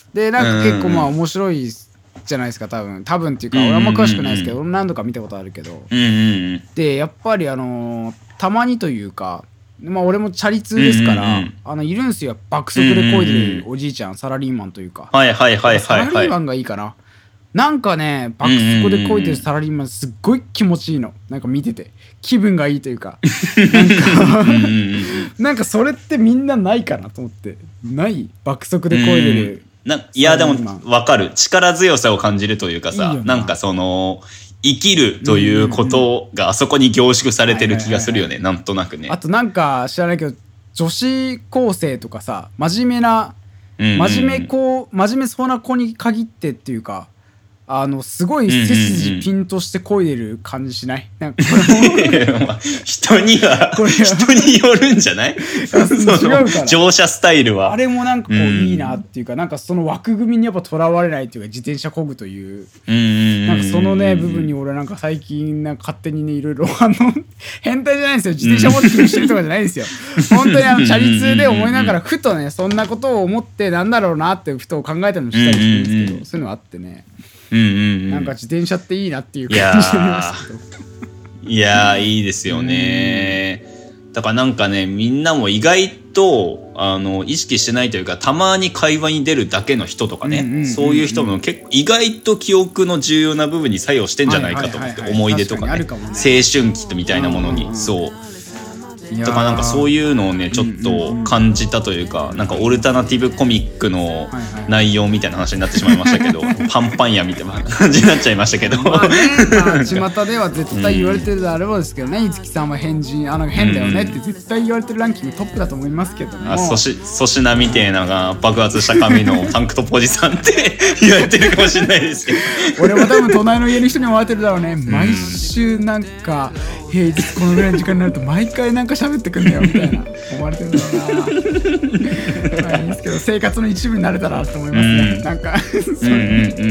でなんか結構まあ面白いじゃないですか、多分多分っていうか俺あんま詳しくないですけど、俺何度か見たことあるけど、 うんうんうん、 でやっぱりあのー、たまにというか、まあ俺もチャリ通ですから、うんうんうん、あのいるんすよ爆速で漕いでるおじいちゃん、うんうん、サラリーマンというか、 はいはいはいはいはい、 サラリーマンがいいかな。なんかね爆速で漕いでるサラリーマンすっごい気持ちいいの、なんか見てて気分がいいというかなんかなんかそれってみんなないかなと思って。ない爆速で漕いでる、 うん、ないやでも分かる、力強さを感じるというかさ、いいな、なんかその生きるということがあそこに凝縮されてる気がするよね、なんとなくね。 あとなんか知らないけど女子高生とかさ、真面目な真面目子、真面目そうな子に限ってっていうか、あのすごい背筋ピンとして漕いでる感じしない？なんかこれも人には人によるんじゃない？その乗車スタイルはあれもなんかこういいなっていうか、なんかその枠組みにやっぱとらわれないっていうか、自転車漕ぐというなんかそのね部分に俺なんか最近なんか勝手にねいろいろあの変態じゃないんですよ、自転車持って気にしてるとかじゃないですよ本当にあのチャリ通で思いながらふとねそんなことを思ってなんだろうなってふと考えたりもしたりするんですけど、そういうのがあってね、 うんうんうん、 なんか自転車っていいなっていう感じになりましたけど。 いやーいいですよね。だからなんかね、みんなも意外とあの意識してないというか、たまに会話に出るだけの人とかね、うんうんうんうん、そういう人も結構意外と記憶の重要な部分に作用してんじゃないかと思って、思い出とかね、青春期みたいなものに、そうだからなんかそういうのをねちょっと感じたというか、なんかオルタナティブコミックの内容みたいな話になってしまいましたけどパンパン屋みたいな感じになっちゃいましたけど、まあね、 まあ、巷では絶対言われてるであればですけどね、五木さんは変人、あの変だよねって絶対言われてるランキングトップだと思いますけども、 あ、粗品みてえなが爆発した髪のタンクトップおじさんって言われてるかもしれないですけど俺も多分隣の家の人に思われてるだろうね、毎週なんか平日このぐらいの時間になると毎回なんか喋ってくんだよみたいな思われてるんだろうなまあいいんですけど、生活の一部になれたらと思いますね、うん、なんかそう、うんうんうん、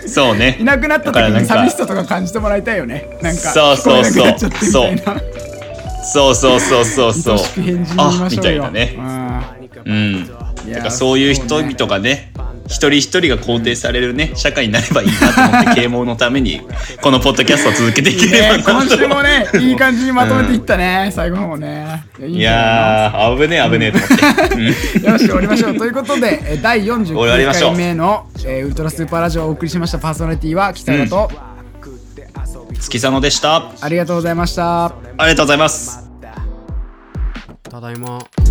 そうね、 いなくなった時に寂しさとか感じてもらいたいよね、なんかそうそうそうそうそうそうそうそうそうあみたいなね、うん、だからそういう人々がね一人一人が肯定されるね社会になればいいなと思って啓蒙のためにこのポッドキャストを続けていければなと、 ね、今週もねいい感じにまとめていったね、うん、最後の方ね。 いやー危ねえ危ねえと思って、うん、 よろしく終わりましょうということでだいよんじゅうきゅうかいめの、えー、ウルトラスーパーラジオをお送りしました。パーソナリティは北浦と、 うん、月佐野でした。 ありがとうございました。 ありがとうございます。 ただいま。